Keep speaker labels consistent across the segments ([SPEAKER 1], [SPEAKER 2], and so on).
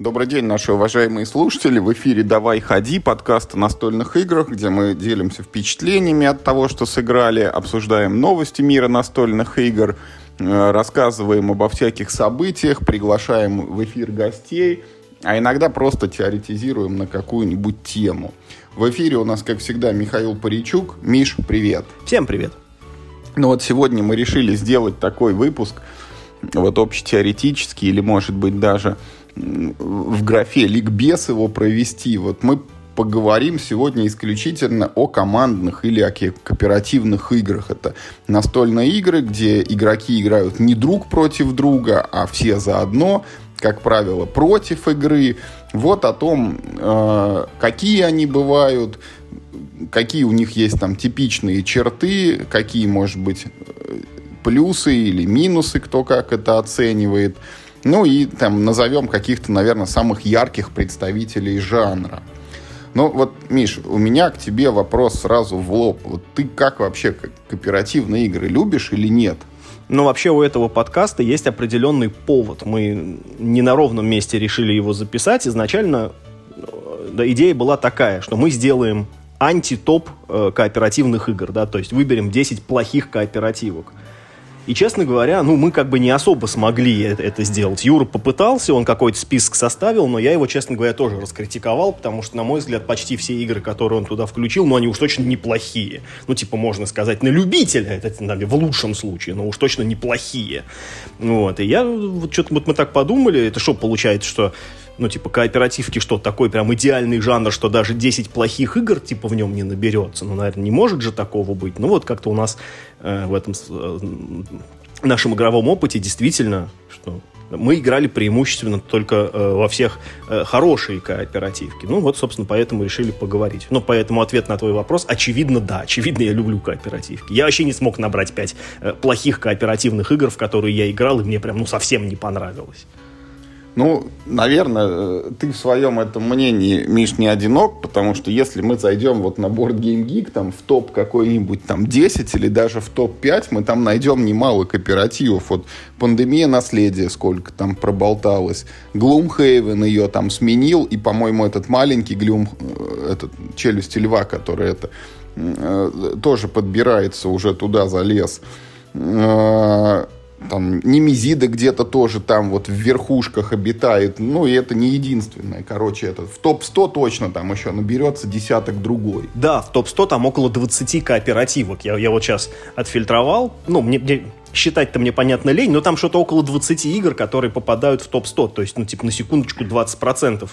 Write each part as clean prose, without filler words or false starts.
[SPEAKER 1] Добрый день, наши уважаемые слушатели. В эфире «Давай, ходи», подкаст о настольных играх, где мы делимся впечатлениями от того, что сыграли, обсуждаем новости мира настольных игр, рассказываем обо всяких событиях, приглашаем в эфир гостей, а иногда просто теоретизируем на какую-нибудь тему. В эфире у нас, как всегда, Михаил Паричук. Миш, привет.
[SPEAKER 2] Всем привет.
[SPEAKER 1] Ну вот сегодня мы решили сделать такой выпуск, вот общетеоретический, или, может быть, даже в графе ликбез его провести. Вот мы поговорим сегодня исключительно о командных или о кооперативных играх. Это настольные игры, где игроки играют не друг против друга, а все заодно, как правило, против игры. Вот о том, какие они бывают, какие у них есть там типичные черты, какие, может быть, плюсы или минусы, кто как это оценивает. Ну и там назовем каких-то, наверное, самых ярких представителей жанра. Ну вот, Миш, у меня к тебе вопрос сразу в лоб. Вот ты как вообще кооперативные игры любишь или нет?
[SPEAKER 2] Ну, вообще у этого подкаста есть определенный повод. Мы не на ровном месте решили его записать. Изначально идея была такая, что мы сделаем анти-топ кооперативных игр, да, то есть выберем 10 плохих кооперативок. И, честно говоря, мы как бы не особо смогли это сделать. Юра попытался, он какой-то список составил, но я его, честно говоря, тоже раскритиковал, потому что, на мой взгляд, почти все игры, которые он туда включил, они уж точно неплохие. Можно сказать, на любителя, это в лучшем случае, но уж точно неплохие. Вот. И мы так подумали, это что получается, что кооперативки, что такой прям идеальный жанр, что даже 10 плохих игр, в нем не наберется. Наверное, не может же такого быть. Как-то у нас в этом нашем игровом опыте действительно, что мы играли преимущественно только во всех хорошие кооперативки. Собственно, поэтому решили поговорить. Поэтому ответ на твой вопрос, очевидно, да. Очевидно, я люблю кооперативки. Я вообще не смог набрать 5 плохих кооперативных игр, в которые я играл, и мне прям, совсем не понравилось.
[SPEAKER 1] Наверное, ты в своем этом мнении, Миш, не одинок, потому что если мы зайдем на Board Game Geek, в топ какой-нибудь 10 или даже в топ-5, мы там найдем немало кооперативов. Пандемия наследия сколько там проболталось. Gloomhaven ее там сменил, и, по-моему, этот маленький Челюсти льва, который тоже подбирается, уже туда залез. Немезида где-то тоже там в верхушках обитает. И это не единственное. В топ-100 точно там еще наберется десяток другой.
[SPEAKER 2] Да, в топ-100 там около 20 кооперативок. Я сейчас отфильтровал. Мне считать-то мне, понятно, лень, но там что-то около 20 игр, которые попадают в топ-100. То есть, на секундочку 20%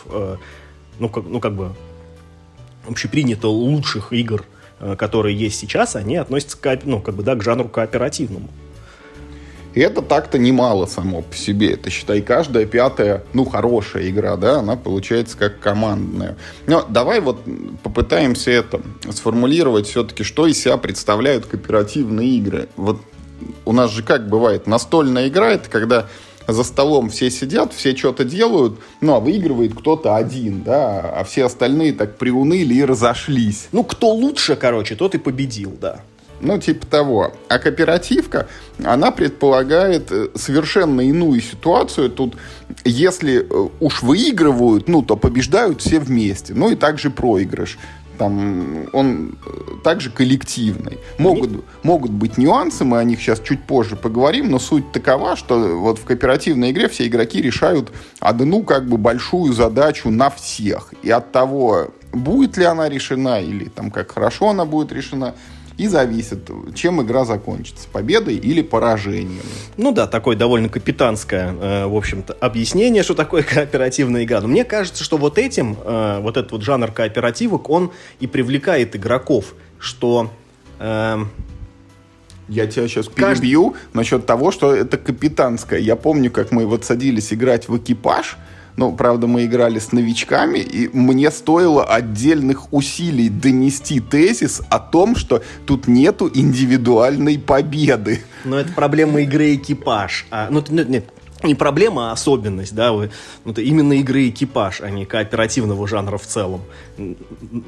[SPEAKER 2] общепринято лучших игр, которые есть сейчас, они относятся к жанру кооперативному.
[SPEAKER 1] И это так-то немало само по себе. Это, считай, каждая пятая, хорошая игра, да, она получается как командная. Но давай попытаемся сформулировать все-таки, что из себя представляют кооперативные игры. У нас же как бывает, настольная игра — это когда за столом все сидят, все что-то делают, а выигрывает кто-то один, да, а все остальные так приуныли и разошлись.
[SPEAKER 2] Кто лучше, тот и победил, да.
[SPEAKER 1] Типа того. А кооперативка, она предполагает совершенно иную ситуацию. Тут, если уж выигрывают, то побеждают все вместе. И также проигрыш. Он также коллективный. Могут быть нюансы, мы о них сейчас чуть позже поговорим, но суть такова, что в кооперативной игре все игроки решают одну большую задачу на всех. И от того, будет ли она решена или как хорошо она будет решена, и зависит, чем игра закончится, победой или поражением.
[SPEAKER 2] Такое довольно капитанское, в общем-то, объяснение, что такое кооперативная игра. Но мне кажется, что этим, этот жанр кооперативок, он и привлекает игроков, что...
[SPEAKER 1] Я тебя сейчас перебью насчет того, что это капитанское. Я помню, как мы садились играть в экипаж. Правда, мы играли с новичками, и мне стоило отдельных усилий донести тезис о том, что тут нету индивидуальной победы.
[SPEAKER 2] Это проблема игры «Экипаж». Нет, не проблема, а особенность, да, именно игры «Экипаж», а не кооперативного жанра в целом.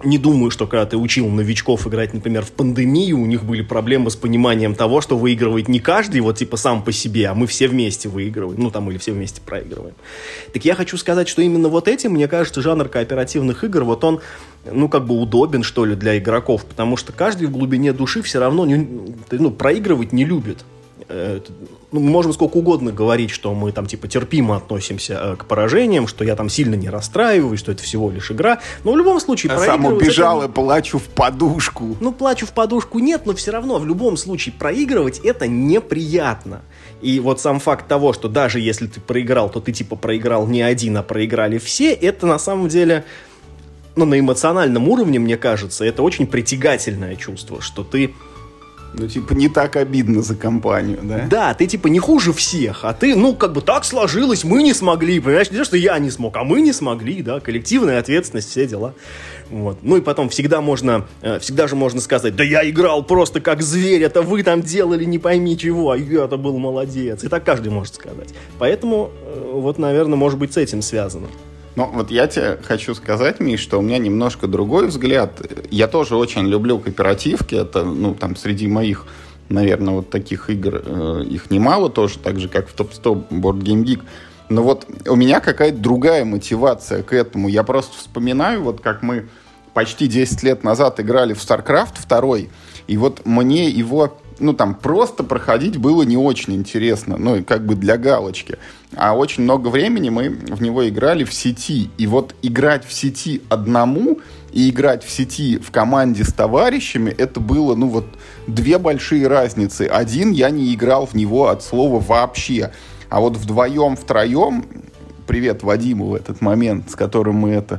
[SPEAKER 2] не думаю, что когда ты учил новичков играть, например, в пандемию, у них были проблемы с пониманием того, что выигрывает не каждый вот типа сам по себе, а мы все вместе выигрываем, ну там или все вместе проигрываем. Так я хочу сказать, что именно вот этим, мне кажется, жанр кооперативных игр, вот он, ну как бы удобен, что ли, для игроков, потому что каждый в глубине души все равно проигрывать не любит. Мы можем сколько угодно говорить, что мы там типа терпимо относимся к поражениям, что я там сильно не расстраиваюсь, что это всего лишь игра, но в любом случае проигрывать...
[SPEAKER 1] сам убежал и плачу в подушку.
[SPEAKER 2] Ну, плачу в подушку нет, но все равно в любом случае проигрывать это неприятно. И вот сам факт того, что даже если ты проиграл, то ты типа проиграл не один, а проиграли все, это на самом деле... Ну, на эмоциональном уровне, мне кажется, это очень притягательное чувство, что ты...
[SPEAKER 1] Ну, типа, не так обидно за компанию, да?
[SPEAKER 2] Да, ты, типа, не хуже всех, а ты, ну, как бы так сложилось, мы не смогли, понимаешь? Не то, что я не смог, а мы не смогли, да, коллективная ответственность, все дела. Вот. Ну, и потом всегда же можно сказать, да я играл просто как зверь, это вы там делали не пойми чего, а я-то был молодец. И так каждый может сказать. Поэтому, вот, наверное, может быть, с этим связано.
[SPEAKER 1] Ну, вот я тебе хочу сказать, Миш, что у меня немножко другой взгляд. Я тоже очень люблю кооперативки. Это, ну, там, среди моих, наверное, вот таких игр, их немало тоже, так же, как в топ-100 Board Game Geek. Но вот у меня какая-то другая мотивация к этому. Я просто вспоминаю, вот как мы почти 10 лет назад играли в StarCraft 2, и вот мне его... Ну, там, просто проходить было не очень интересно, ну, и как бы для галочки. А очень много времени мы в него играли в сети. И вот играть в сети одному и играть в сети в команде с товарищами, это было, ну, вот, две большие разницы. Один, я не играл в него от слова вообще. А вот вдвоем, втроем, привет Вадиму в этот момент, с которым мы это...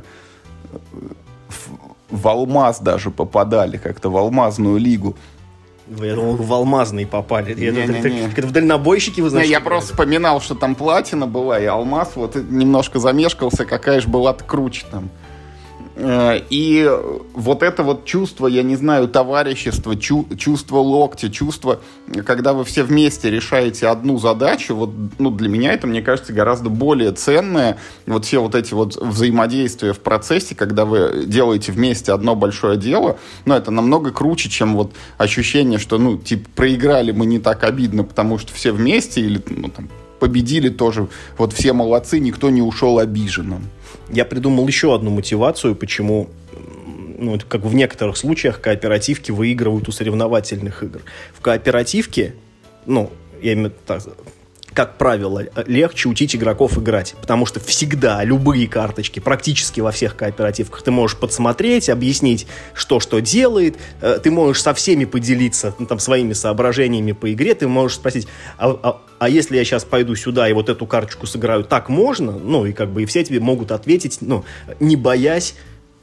[SPEAKER 1] в алмаз даже попадали, как-то в алмазную лигу.
[SPEAKER 2] Я думал, в алмазный попали. Это в дальнобойщики вы, значит?
[SPEAKER 1] Я просто вспоминал, что там платина была, и алмаз, вот немножко замешкался, какая же была-то круче там. И вот это вот чувство, я не знаю, товарищества, чувство локтя, чувство, когда вы все вместе решаете одну задачу, вот, ну, для меня это, мне кажется, гораздо более ценное. Вот все вот эти вот взаимодействия в процессе, когда вы делаете вместе одно большое дело, ну, это намного круче, чем вот ощущение, что, ну, типа, проиграли мы не так обидно, потому что все вместе, или, ну, там, победили тоже, вот все молодцы, никто не ушел обиженным.
[SPEAKER 2] Я придумал еще одну мотивацию, почему, ну, как в некоторых случаях кооперативки выигрывают у соревновательных игр. В кооперативке, ну, я имею в виду, как правило, легче учить игроков играть, потому что всегда любые карточки, практически во всех кооперативках, ты можешь подсмотреть, объяснить, что делает, ты можешь со всеми поделиться, ну, там, своими соображениями по игре, ты можешь спросить, а если я сейчас пойду сюда и вот эту карточку сыграю, так можно? Ну, и как бы и все тебе могут ответить, ну, не боясь...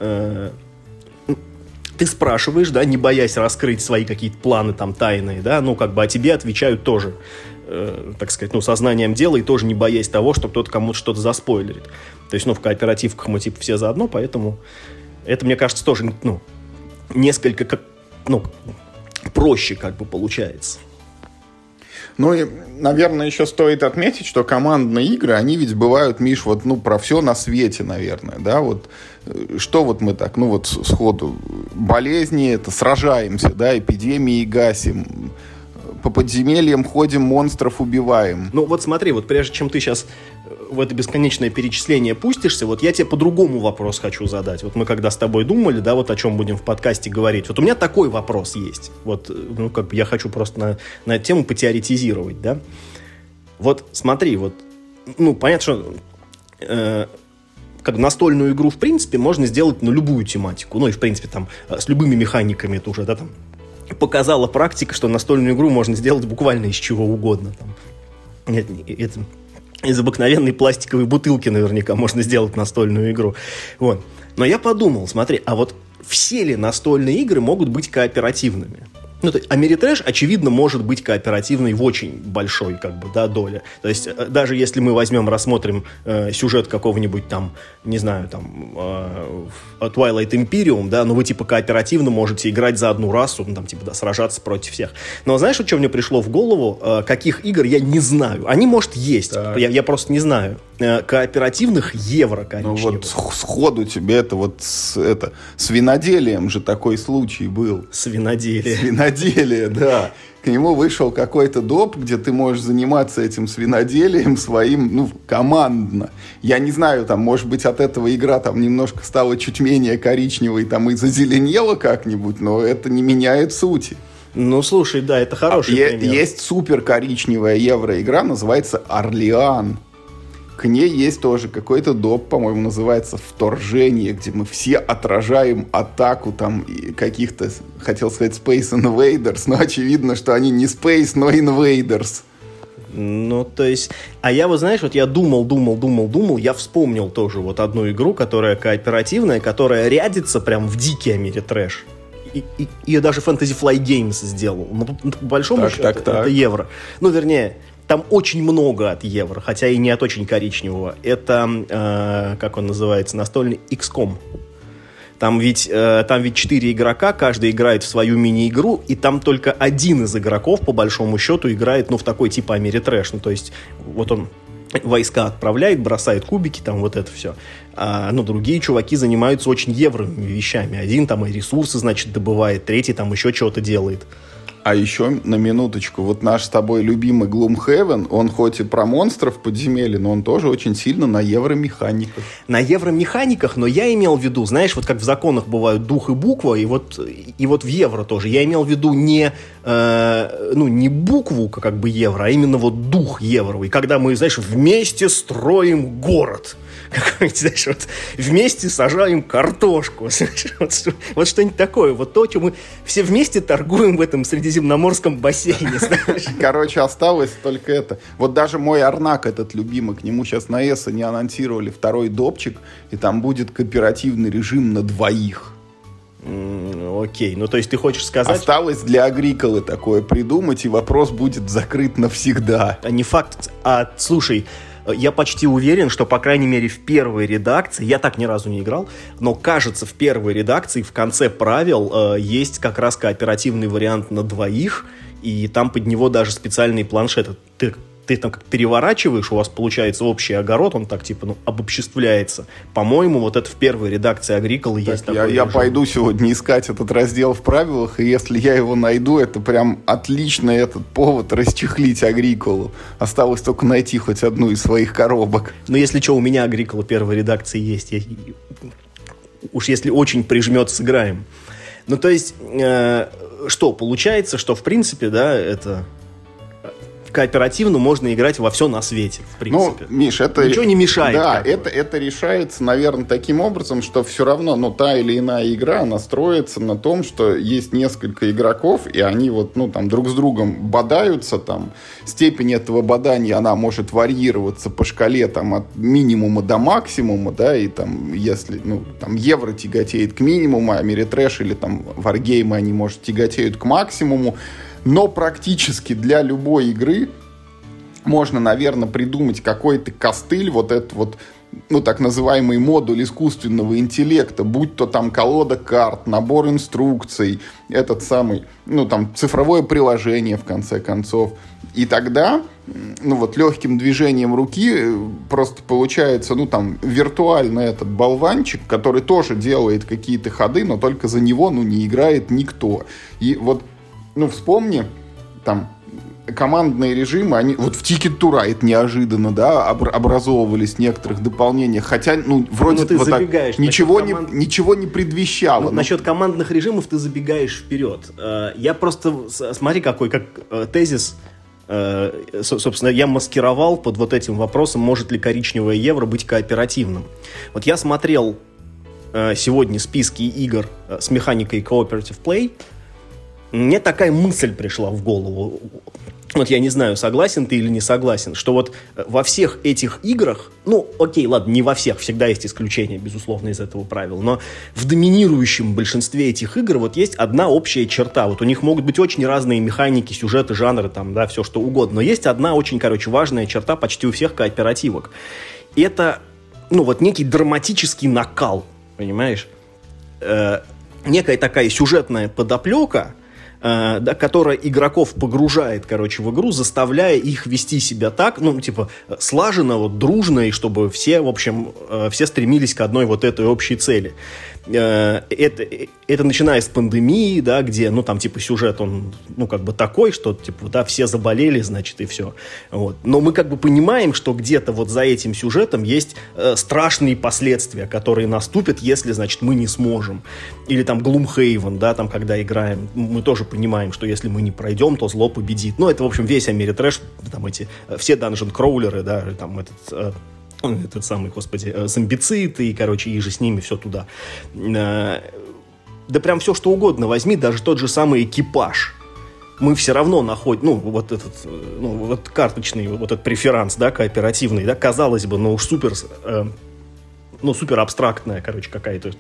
[SPEAKER 2] Ты спрашиваешь, да, не боясь раскрыть свои какие-то планы там тайные, да, ну, как бы, а тебе отвечают тоже, так сказать, ну, сознанием дела и тоже не боясь того, что кто-то кому-то что-то заспойлерит. То есть, ну, в кооперативках мы, типа, все заодно, поэтому это, мне кажется, тоже, ну, несколько, ну, проще, как бы, получается.
[SPEAKER 1] Ну и, наверное, еще стоит отметить, что командные игры, они ведь бывают, Миш, вот, ну, про все на свете, наверное, да, вот, что вот мы так, ну, вот сходу, болезни, это сражаемся, да, эпидемии гасим, по подземельям ходим, монстров убиваем.
[SPEAKER 2] Ну, вот смотри, вот прежде чем ты сейчас в это бесконечное перечисление пустишься, вот я тебе по-другому вопрос хочу задать. Вот мы когда с тобой думали, да, вот о чем будем в подкасте говорить, вот у меня такой вопрос есть. Вот, ну, как бы я хочу просто на эту тему потеоретизировать, да. Вот смотри, вот, ну, понятно, что как настольную игру, в принципе, можно сделать на любую тематику. Ну, и, в принципе, там, с любыми механиками это уже, да, там, показала практика, что настольную игру можно сделать буквально из чего угодно. Там. Это из обыкновенной пластиковой бутылки наверняка можно сделать настольную игру. Вот. Но я подумал, смотри, а вот все ли настольные игры могут быть кооперативными? Ну, то есть Америтрэш, очевидно, может быть кооперативной в очень большой, доле. То есть, даже если мы рассмотрим сюжет какого-нибудь там, не знаю, там, Twilight Imperium, да, но вы, кооперативно можете играть за одну расу, сражаться против всех. Но знаешь, что мне пришло в голову? Каких игр я не знаю. Они, может, есть. Я просто не знаю. Кооперативных евро коричневых.
[SPEAKER 1] Ну, вот сходу тебе это с виноделием же такой случай был. Свиноделие, да. К нему вышел какой-то доп, где ты можешь заниматься этим свиноделием своим, командно. Я не знаю, там, может быть, от этого игра там немножко стала чуть менее коричневой, там, и зазеленела как-нибудь, но это не меняет сути.
[SPEAKER 2] Ну, слушай, да, это хороший пример.
[SPEAKER 1] Есть супер коричневая евроигра, называется «Орлеан». К ней есть тоже какой-то доп, по-моему, называется «Вторжение», где мы все отражаем атаку там каких-то, хотел сказать, Space Invaders, но очевидно, что они не Space, но Invaders.
[SPEAKER 2] Ну, то есть... А я, я думал, я вспомнил тоже одну игру, которая кооперативная, которая рядится прям в дикий Америтрэш. Ее даже Fantasy Flight Games сделал. Но по большому счету это евро. Ну, вернее... Там очень много от евро, хотя и не от очень коричневого. Это, как он называется, настольный XCOM. Там ведь 4 игрока, каждый играет в свою мини-игру, и там только один из игроков, по большому счету, играет, в такой типа Америтрэш. То есть, он войска отправляет, бросает кубики, там это все. Другие чуваки занимаются очень евровыми вещами. Один там и ресурсы, добывает, третий там еще чего-то делает.
[SPEAKER 1] А еще, на минуточку, наш с тобой любимый Gloomhaven, он хоть и про монстров подземелья, но он тоже очень сильно на евромеханиках.
[SPEAKER 2] На евромеханиках, но я имел в виду, знаешь, как в законах бывают дух и буква, и в евро тоже. Я имел в виду не букву, евро, а именно что евровый. Когда мы, вместе строим город. Вместе сажаем картошку. Что-нибудь такое. То, чем мы все вместе торгуем в этом Средиземноморском бассейне.
[SPEAKER 1] Короче, осталось только это. Даже мой Арнак этот любимый, к нему сейчас на ESO не анонсировали второй допчик, и там будет кооперативный режим на 2.
[SPEAKER 2] Окей, то есть ты хочешь сказать...
[SPEAKER 1] Осталось для Агриколы такое придумать, и вопрос будет закрыт навсегда.
[SPEAKER 2] Не факт, слушай... Я почти уверен, что, по крайней мере, в первой редакции, я так ни разу не играл, но, кажется, в первой редакции в конце правил есть как раз кооперативный вариант на 2, и там под него даже специальные планшеты. Ты там как переворачиваешь, у вас получается общий огород, он так обобществляется. По-моему, это в первой редакции Агриколы есть такой
[SPEAKER 1] Я пойду сегодня искать этот раздел в правилах, и если я его найду, это прям отличный этот повод расчехлить Агриколу. Осталось только найти хоть одну из своих коробок.
[SPEAKER 2] Но если что, у меня Агрикола первой редакции есть. Уж если очень прижмет, сыграем. То есть, что, получается, что в принципе, да, это... Кооперативно можно играть во все на свете, в принципе.
[SPEAKER 1] Миш, это...
[SPEAKER 2] Ничего не мешает.
[SPEAKER 1] Да, это решается, наверное, таким образом, что все равно, та или иная игра, она строится на том, что есть несколько игроков, и они друг с другом бодаются, степень этого бодания, она может варьироваться по шкале, от минимума до максимума, да, и если, евро тяготеет к минимуму, а Америтрэш или варгеймы, они, может, тяготеют к максимуму. Но практически для любой игры можно, наверное, придумать какой-то костыль, так называемый модуль искусственного интеллекта, будь то колода карт, набор инструкций, этот самый, цифровое приложение, в конце концов. И тогда, легким движением руки просто получается, виртуальный этот болванчик, который тоже делает какие-то ходы, но только за него, не играет никто. И вспомни, командные режимы, они в Ticket to Ride неожиданно, да, образовывались в некоторых дополнениях, хотя, вроде
[SPEAKER 2] ты забегаешь,
[SPEAKER 1] ничего не предвещало.
[SPEAKER 2] Насчет командных режимов ты забегаешь вперед. Я просто, смотри, как тезис, собственно, я маскировал под этим вопросом, может ли коричневое евро быть кооперативным. Я смотрел сегодня списки игр с механикой Cooperative Play. Мне такая мысль пришла в голову. вот я не знаю, согласен ты или не согласен, что вот во всех этих играх, ну, окей, ладно, не во всех, всегда есть исключения, безусловно, из этого правила, но в доминирующем большинстве этих игр вот есть одна общая черта. Вот у них могут быть очень разные механики, сюжеты, жанры, там, да, все что угодно, но есть одна очень, короче, важная черта почти у всех кооперативок. И это, ну, вот некий драматический накал, понимаешь? Некая такая сюжетная подоплека, да, которая игроков погружает, короче, в игру, заставляя их вести себя так, ну, типа, слаженно, вот, дружно, и чтобы все, в общем, все стремились к одной вот этой общей цели. Это начиная с пандемии, да, где, ну, там, типа, сюжет, он, ну, как бы такой, что, типа, да, все заболели, значит, и все. Вот. Но мы, как бы, понимаем, что где-то вот за этим сюжетом есть страшные последствия, которые наступят, если, значит, мы не сможем. Или, там, Gloomhaven, да, там, когда играем, мы тоже понимаем, что если мы не пройдем, то зло победит. Ну, это, в общем, весь Америтрэш, там, эти, все данжен-кроулеры, да, там, этот самый, господи, зомбициты и, короче, и же с ними все туда. Да прям все, что угодно возьми, даже тот же самый экипаж. Мы все равно находим, ну, вот этот, ну, вот карточный, вот этот преферанс, да, кооперативный, да, казалось бы, ну, уж супер, ну, супер абстрактная, короче, какая-то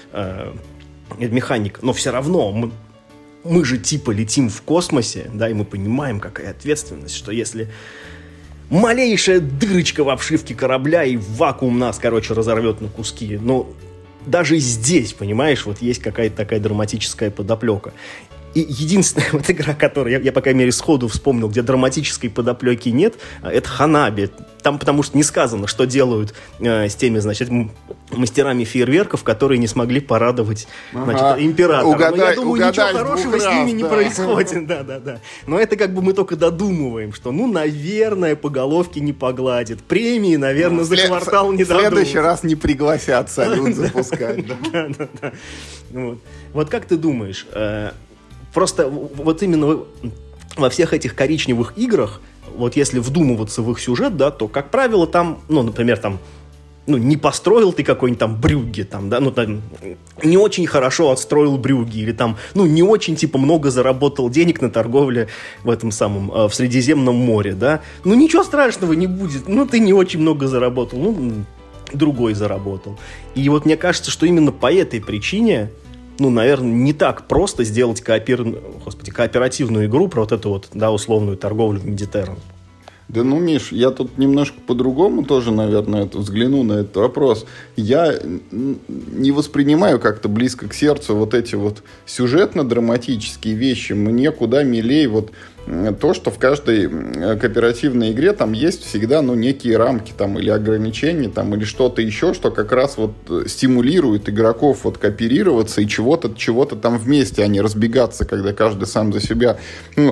[SPEAKER 2] механика, но все равно мы же типа летим в космосе, да, и мы понимаем, какая ответственность, что если малейшая дырочка в обшивке корабля и вакуум нас, короче, разорвет на куски. Но даже здесь, понимаешь, вот есть какая-то такая драматическая подоплека. И единственная вот игра, которую я, по крайней мере, сходу вспомнил, где драматической подоплеки нет, это Ханаби. Там потому что не сказано, что делают с теми, значит, мастерами фейерверков, которые не смогли порадовать, значит, императора. Но я думаю, ничего хорошего с ними не происходит. Да. Но это как бы мы только додумываем, что, ну, наверное, по головке не погладит. Премии, наверное, за квартал не дадут.
[SPEAKER 1] В следующий раз не пригласят салют запускать.
[SPEAKER 2] Да. Вот как ты думаешь... Просто вот именно во всех этих коричневых играх, вот если вдумываться в их сюжет, да, то, как правило, там, ну, например, там, ну, не построил ты какой-нибудь там Брюгге, там, да, ну, там, не очень хорошо отстроил Брюгге, или там, ну, не очень, типа, много заработал денег на торговле в этом самом, в Средиземном море, да, ну, ничего страшного не будет, ну, ты не очень много заработал, ну, другой заработал. И вот мне кажется, что именно по этой причине... Ну, наверное, не так просто сделать кооперативную игру про вот эту вот, да, условную торговлю в Медитеране.
[SPEAKER 1] Да ну, Миш, я тут немножко по-другому тоже, наверное, взгляну на этот вопрос. Я не воспринимаю как-то близко к сердцу вот эти вот сюжетно-драматические вещи. Мне куда милее вот то, что в каждой кооперативной игре там есть всегда, ну, некие рамки там или ограничения там или что-то еще, что как раз вот стимулирует игроков вот кооперироваться и чего-то там вместе, а не разбегаться, когда каждый сам за себя, ну,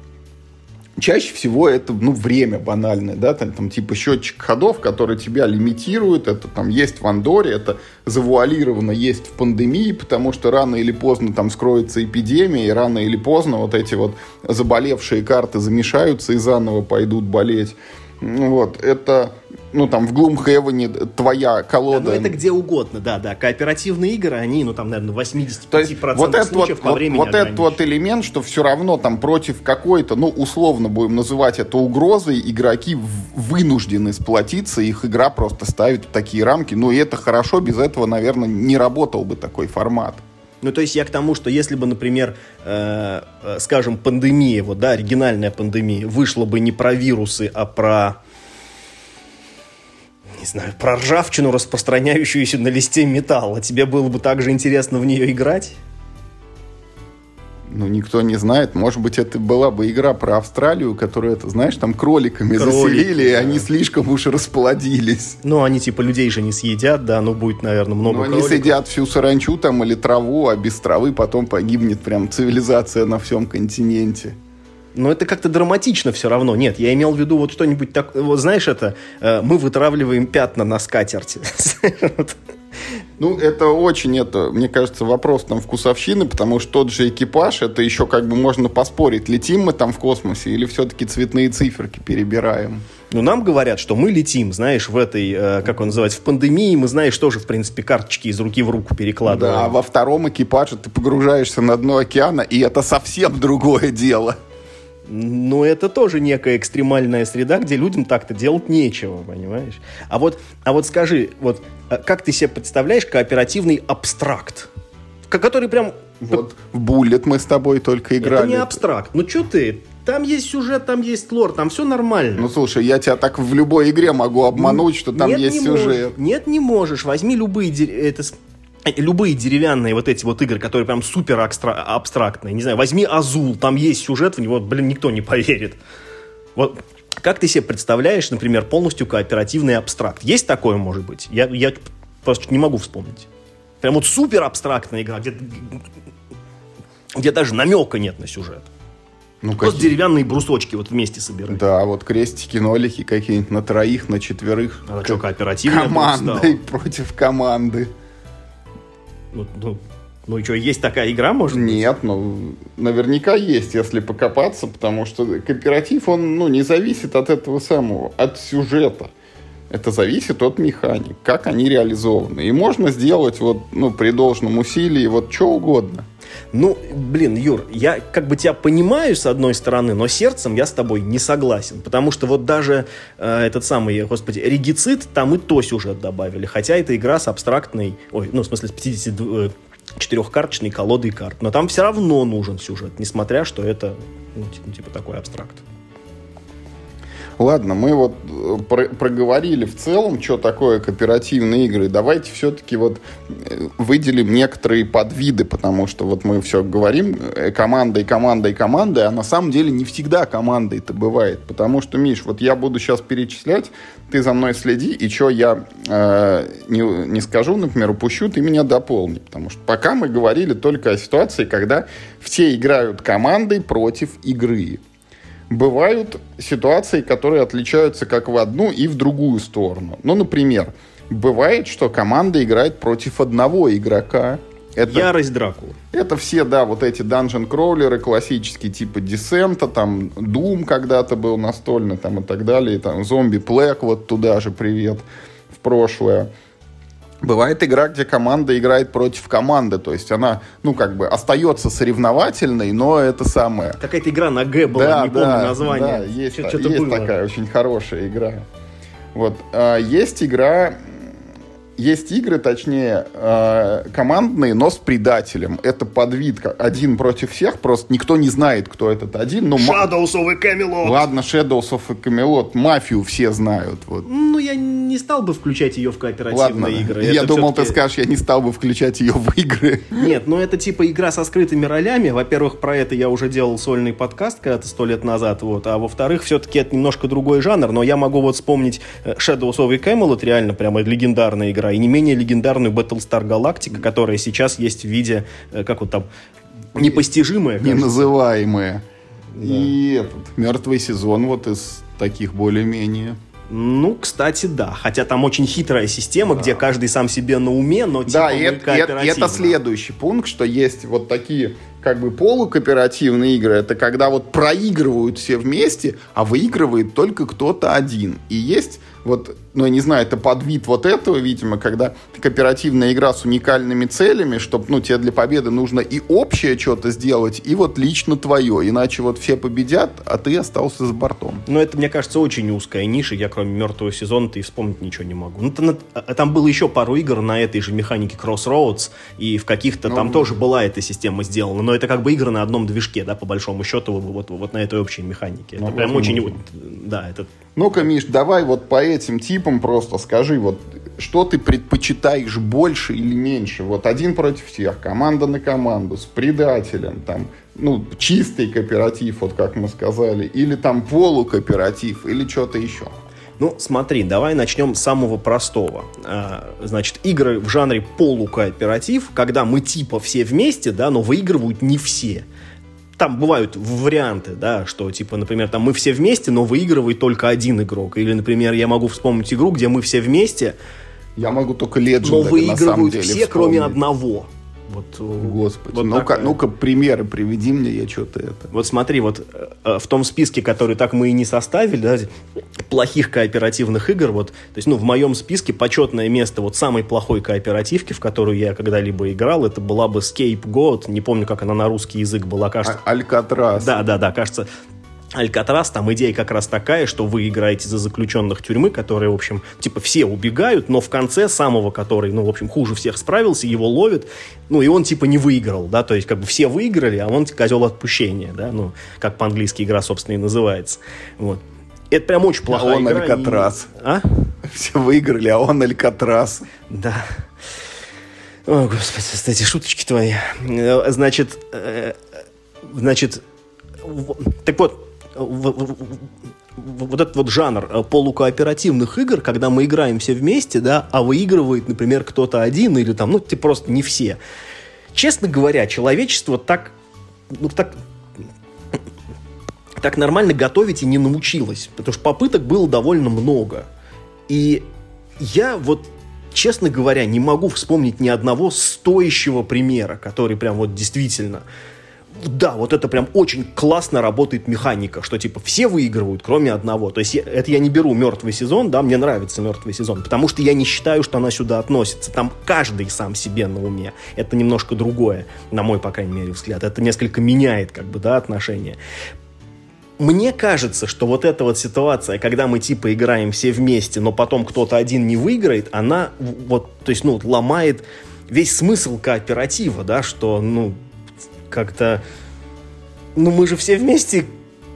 [SPEAKER 1] чаще всего это, ну, время банальное, да, там типа счетчик ходов, который тебя лимитирует, это там есть в Андоре, это завуалированно есть в пандемии, потому что рано или поздно там скроется эпидемия, и рано или поздно вот эти вот заболевшие карты замешаются и заново пойдут болеть. Вот, это, ну, там, в Gloomhaven твоя колода...
[SPEAKER 2] Да, ну, это где угодно, да. Кооперативные игры, они, ну, там, наверное, 85% случаев по времени
[SPEAKER 1] вот этот вот элемент, что все равно там против какой-то, ну, условно будем называть это угрозой, игроки вынуждены сплотиться, их игра просто ставит в такие рамки. Ну, и это хорошо, без этого, наверное, не работал бы такой формат.
[SPEAKER 2] Ну, то есть я к тому, что если бы, например, скажем, пандемия, вот, да, оригинальная пандемия, вышла бы не про вирусы, а про, не знаю, про ржавчину, распространяющуюся на листе металла, тебе было бы также интересно в нее играть?
[SPEAKER 1] Ну, никто не знает. Может быть, это была бы игра про Австралию, которую, это, знаешь, там кроликами заселили, да. И они слишком уж расплодились.
[SPEAKER 2] Ну, они типа людей же не съедят, да, ну, будет, наверное, много кроликов.
[SPEAKER 1] Они съедят всю саранчу там или траву, а без травы потом погибнет прям цивилизация на всем континенте.
[SPEAKER 2] Но это как-то драматично все равно. Нет, я имел в виду вот что-нибудь такое. Вот знаешь, это мы вытравливаем пятна на скатерти.
[SPEAKER 1] Ну, это очень, мне кажется, вопрос там вкусовщины, потому что тот же экипаж, это еще как бы можно поспорить, летим мы там в космосе или все-таки цветные циферки перебираем.
[SPEAKER 2] Ну, нам говорят, что мы летим, знаешь, в этой, как он называется, в пандемии, мы, знаешь, тоже, в принципе, карточки из руки в руку перекладываем.
[SPEAKER 1] Да, а во втором экипаже ты погружаешься на дно океана, и это совсем другое дело.
[SPEAKER 2] Но это тоже некая экстремальная среда, где людям так-то делать нечего, понимаешь? А вот скажи, вот как ты себе представляешь кооперативный абстракт, который прям...
[SPEAKER 1] Вот в Bullet мы с тобой только играли.
[SPEAKER 2] Это не абстракт. Ну что ты? Там есть сюжет, там есть лор, там все нормально.
[SPEAKER 1] Ну слушай, я тебя так в любой игре могу обмануть, что там есть сюжет.
[SPEAKER 2] Нет, не можешь. Возьми любые деревянные вот эти вот игры, которые прям супер абстрактные. Не знаю, возьми Азул, там есть сюжет, в него, никто не поверит. Вот как ты себе представляешь, например, полностью кооперативный абстракт? Есть такое, может быть? Я просто не могу вспомнить. Прям вот супер абстрактная игра, где даже намека нет на сюжет. Просто деревянные брусочки вот вместе собирать.
[SPEAKER 1] Да, вот крестики, нолики какие-нибудь на троих, на четверых.
[SPEAKER 2] А что, кооперативная?
[SPEAKER 1] Командой против команды.
[SPEAKER 2] Ну и что, есть такая игра, может быть?
[SPEAKER 1] Нет, наверняка есть, если покопаться, потому что кооператив, он, не зависит от этого самого, от сюжета. Это зависит от механик, как они реализованы. И можно сделать при должном усилии что угодно.
[SPEAKER 2] Юр, я как бы тебя понимаю с одной стороны, но сердцем я с тобой не согласен. Потому что вот даже Регицид, там и то сюжет добавили. Хотя это игра с абстрактной, с 54-карточной колодой карт. Но там все равно нужен сюжет, несмотря что это, такой абстракт.
[SPEAKER 1] Ладно, мы проговорили в целом, что такое кооперативные игры. Давайте все-таки выделим некоторые подвиды, потому что мы все говорим командой, а на самом деле не всегда командой-то бывает. Потому что, Миш, я буду сейчас перечислять, ты за мной следи, и что я не скажу, например, упущу, ты меня дополни. Потому что пока мы говорили только о ситуации, когда все играют командой против игры. Бывают ситуации, которые отличаются как в одну и в другую сторону. Например, бывает, что команда играет против одного игрока.
[SPEAKER 2] Ярость Дракулы.
[SPEAKER 1] Это все, эти данжен-кроулеры классические, типа Десента, там Doom когда-то был настольный, и так далее, там Zombie Plague, туда же привет, в прошлое. Бывает игра, где команда играет против команды, то есть она, остается соревновательной, но это самое...
[SPEAKER 2] Какая-то игра на Г была, не помню название.
[SPEAKER 1] Да, есть такая очень хорошая игра. Есть игры, точнее, командные, но с предателем. Это подвид один против всех, просто никто не знает, кто этот один.
[SPEAKER 2] Shadows of Camelot.
[SPEAKER 1] Ладно, Shadows of Camelot, мафию все знают.
[SPEAKER 2] Я не стал бы включать ее в кооперативные игры.
[SPEAKER 1] Я думал, ты скажешь, я не стал бы включать ее в игры.
[SPEAKER 2] Нет, это игра со скрытыми ролями. Во-первых, про это я уже делал сольный подкаст когда-то 100 лет назад. А во-вторых, все-таки это немножко другой жанр. Но я могу вспомнить Shadows of Camelot, реально прямо легендарная игра. И не менее легендарную Battlestar Galactica, которая сейчас есть в виде, непостижимая.
[SPEAKER 1] Неназываемая. Да. И «Мертвый сезон» из таких более-менее...
[SPEAKER 2] Кстати, да. Хотя там очень хитрая система, где каждый сам себе на уме, но
[SPEAKER 1] кооперативно. И это следующий пункт, что есть такие полукооперативные игры. Это когда проигрывают все вместе, а выигрывает только кто-то один. И есть я не знаю, это подвид этого, видимо, когда кооперативная игра с уникальными целями, чтобы, тебе для победы нужно и общее что-то сделать, и лично твое. Иначе все победят, а ты остался с бортом.
[SPEAKER 2] Это, мне кажется, очень узкая ниша. Я, кроме «Мертвого сезона», и вспомнить ничего не могу. Там было еще пару игр на этой же механике Crossroads, и в каких-то там тоже была эта система сделана. Но это игры на одном движке, по большому счету, на этой общей механике. Это прям очень... Да, это...
[SPEAKER 1] Ну-ка, Миш, давай по этим типам просто скажи, что ты предпочитаешь больше или меньше? Один против всех, команда на команду, с предателем, чистый кооператив, как мы сказали, или полукооператив, или что-то еще.
[SPEAKER 2] Смотри, давай начнем с самого простого. Значит, игры в жанре полукооператив, когда мы все вместе, но выигрывают не все. Там бывают варианты, что, например, мы все вместе, но выигрывает только один игрок. Или, например, я могу вспомнить игру, где мы все вместе,
[SPEAKER 1] я могу только Legendary,
[SPEAKER 2] но выигрывают
[SPEAKER 1] на самом деле,
[SPEAKER 2] все, кроме одного.
[SPEAKER 1] Господи, ну-ка примеры приведи мне, я что-то это...
[SPEAKER 2] Смотри, в том списке, который так мы и не составили, плохих кооперативных игр, то есть, в моем списке почетное место самой плохой кооперативки, в которую я когда-либо играл, это была бы Scapegoat, не помню, как она на русский язык была, кажется...
[SPEAKER 1] Алькатрас.
[SPEAKER 2] Да, кажется... Алькатрас, там идея как раз такая, что вы играете за заключенных тюрьмы, которые, в общем, типа все убегают, но в конце самого, который, ну, в общем, хуже всех справился, его ловят, ну, и он типа не выиграл, да, то есть как бы все выиграли, а он козел отпущения, да, ну, как по-английски игра, собственно, и называется, вот. Это прям очень плохая игра.
[SPEAKER 1] А он Алькатрас.
[SPEAKER 2] А?
[SPEAKER 1] Все выиграли, а он Алькатрас.
[SPEAKER 2] Да. О, господи, эти шуточки твои. Значит, так вот, вот этот вот жанр полукооперативных игр, когда мы играем все вместе, да, а выигрывает, например, кто-то один или там, ну, типа просто не все. Честно говоря, человечество так нормально готовить и не научилось, потому что попыток было довольно много. И я вот, честно говоря, не могу вспомнить ни одного стоящего примера, который прям вот действительно... Да, вот это прям очень классно работает механика, что типа все выигрывают, кроме одного. То есть это я не беру «Мертвый сезон», да, мне нравится «Мертвый сезон», потому что я не считаю, что она сюда относится. Там каждый сам себе на уме. Это немножко другое, на мой, по крайней мере, взгляд. Это несколько меняет, как бы, да, отношения. Мне кажется, что вот эта вот ситуация, когда мы типа играем все вместе, но потом кто-то один не выиграет, она вот, то есть, ну, ломает весь смысл кооператива, да, что, ну, как-то, ну, мы же все вместе,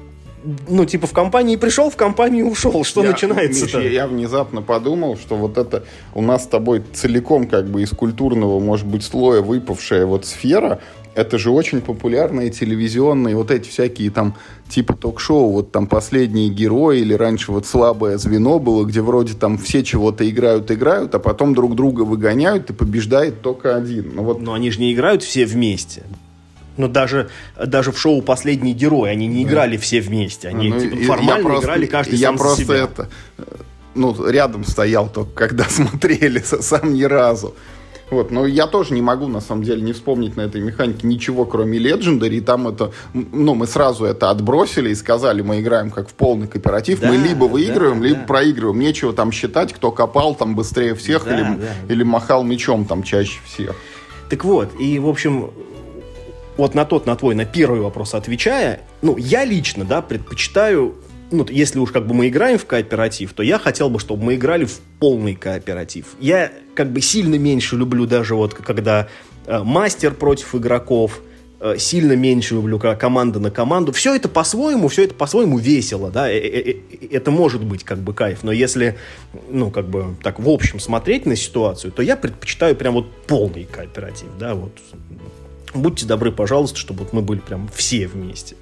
[SPEAKER 2] ну, типа, в компании пришел, в компании ушел. Что начинается-то?
[SPEAKER 1] Я внезапно подумал, что вот это у нас с тобой целиком как бы из культурного, может быть, слоя выпавшая вот сфера, это же очень популярные телевизионные вот эти всякие там типа ток-шоу, вот там «Последние герои» или раньше вот «Слабое звено» было, где вроде там все чего-то играют, а потом друг друга выгоняют и побеждает только один.
[SPEAKER 2] Но они же не играют все вместе. Но даже в шоу «Последний герой» они не играли все вместе. Они типа, формально играли каждый сам за себя. Я
[SPEAKER 1] просто рядом стоял только, когда смотрели, сам ни разу. Вот, но я тоже не могу, на самом деле, не вспомнить на этой механике ничего, кроме Legendary. И там это, ну, мы сразу это отбросили и сказали, мы играем как в полный кооператив. Да, мы либо выигрываем, либо проигрываем. Нечего там считать, кто копал там быстрее всех или махал мечом там чаще всех.
[SPEAKER 2] Так вот, и, в общем, вот на первый вопрос отвечая, ну, я лично, да, предпочитаю... Ну, если уж как бы мы играем в кооператив, то я хотел бы, чтобы мы играли в полный кооператив. Я как бы сильно меньше люблю даже вот когда мастер против игроков, сильно меньше люблю когда команда на команду. Все это по-своему весело, да, это может быть как бы кайф, но если, ну, как бы так в общем смотреть на ситуацию, то я предпочитаю прям вот полный кооператив, да, вот. Будьте добры, пожалуйста, чтобы вот мы были прям все вместе.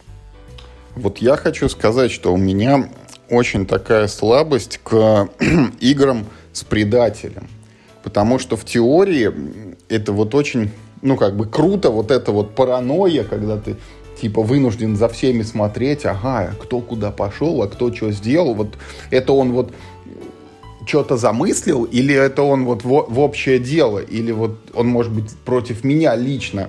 [SPEAKER 1] Вот я хочу сказать, что у меня очень такая слабость к играм с предателем. Потому что в теории это вот очень, ну, как бы круто, вот эта вот паранойя, когда ты типа вынужден за всеми смотреть, ага, кто куда пошел, а кто что сделал. Вот это он вот что-то замыслил, или это он вот в общее дело, или вот он, может быть, против меня лично.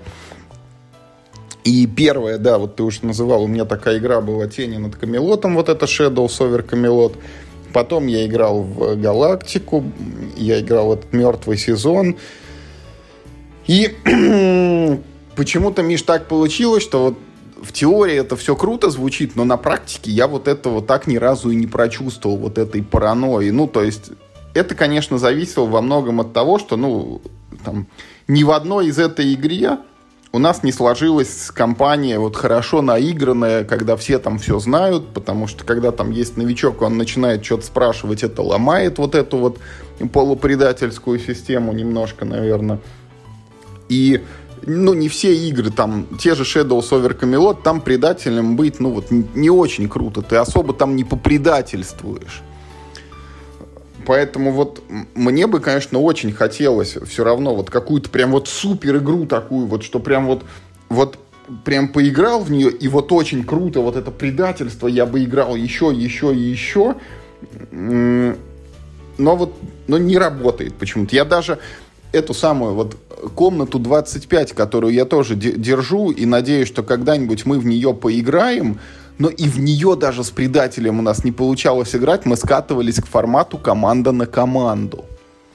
[SPEAKER 1] И первое, да, вот ты уж называл, у меня такая игра была «Тени над Камелотом», вот это Shadows over Camelot. Потом я играл в «Галактику», я играл в этот «Мертвый сезон». И почему-то, Миш, так получилось, что вот в теории это все круто звучит, но на практике я вот этого так ни разу и не прочувствовал, вот этой паранойи. Ну, то есть, это, конечно, зависело во многом от того, что, ну, там, ни в одной из этой игре у нас не сложилась компания вот хорошо наигранная, когда все там все знают, потому что когда там есть новичок, он начинает что-то спрашивать, это ломает вот эту вот полупредательскую систему немножко, наверное. И, ну, не все игры, там, те же Shadows over Camelot, там предателем быть, ну, вот, не очень круто, ты особо там не попредательствуешь. Поэтому вот мне бы, конечно, очень хотелось все равно вот какую-то прям вот супер игру такую, вот что прям вот прям поиграл в нее, и вот очень круто вот это предательство, я бы играл еще и еще. Но не работает почему-то. Я даже эту самую вот комнату 25, которую я тоже держу, и надеюсь, что когда-нибудь мы в нее поиграем, но и в нее даже с предателем у нас не получалось играть, мы скатывались к формату команда на команду.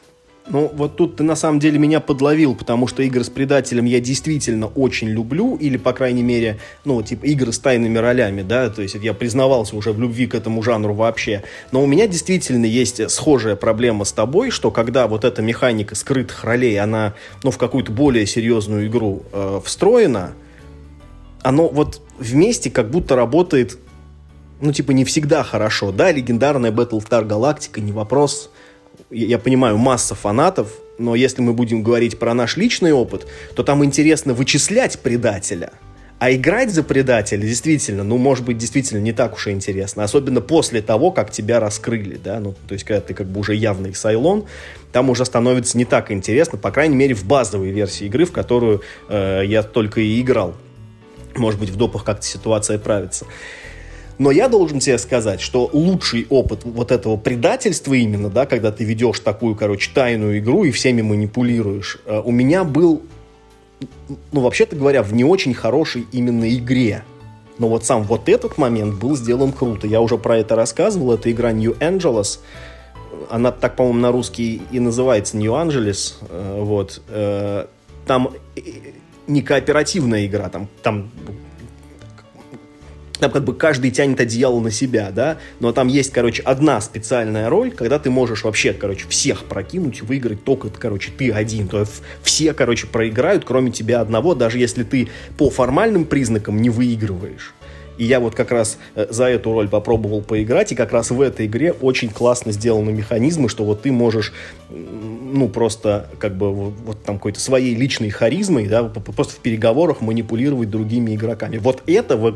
[SPEAKER 2] Ну, вот тут ты на самом деле меня подловил, потому что игры с предателем я действительно очень люблю, или, по крайней мере, ну, типа игры с тайными ролями, да, то есть я признавался уже в любви к этому жанру вообще. Но у меня действительно есть схожая проблема с тобой, что когда вот эта механика скрытых ролей, она, ну, в какую-то более серьезную игру встроена, оно вот вместе как будто работает, ну, типа, не всегда хорошо. Да, легендарная Battlestar Galactica, не вопрос. Я понимаю, масса фанатов, но если мы будем говорить про наш личный опыт, то там интересно вычислять предателя. А играть за предателя действительно, ну, может быть, действительно не так уж и интересно. Особенно после того, как тебя раскрыли, да. Ну, то есть, когда ты как бы уже явный Сайлон, там уже становится не так интересно, по крайней мере, в базовой версии игры, в которую я только и играл. Может быть, в допах как-то ситуация правится. Но я должен тебе сказать, что лучший опыт вот этого предательства именно, да, когда ты ведешь такую, короче, тайную игру и всеми манипулируешь, у меня был, ну, вообще-то говоря, в не очень хорошей именно игре. Но вот сам вот этот момент был сделан круто. Я уже про это рассказывал. Это игра New Angeles. Она так, по-моему, на русский и называется New Angeles. Вот. Там не кооперативная игра, там как бы каждый тянет одеяло на себя, да, но там есть, короче, одна специальная роль, когда ты можешь вообще, короче, всех прокинуть, выиграть только, короче, ты один, то есть все, короче, проиграют, кроме тебя одного, даже если ты по формальным признакам не выигрываешь. И я вот как раз за эту роль попробовал поиграть, и как раз в этой игре очень классно сделаны механизмы, что вот ты можешь, ну, просто как бы вот там какой-то своей личной харизмой, да, просто в переговорах манипулировать другими игроками. Вот этого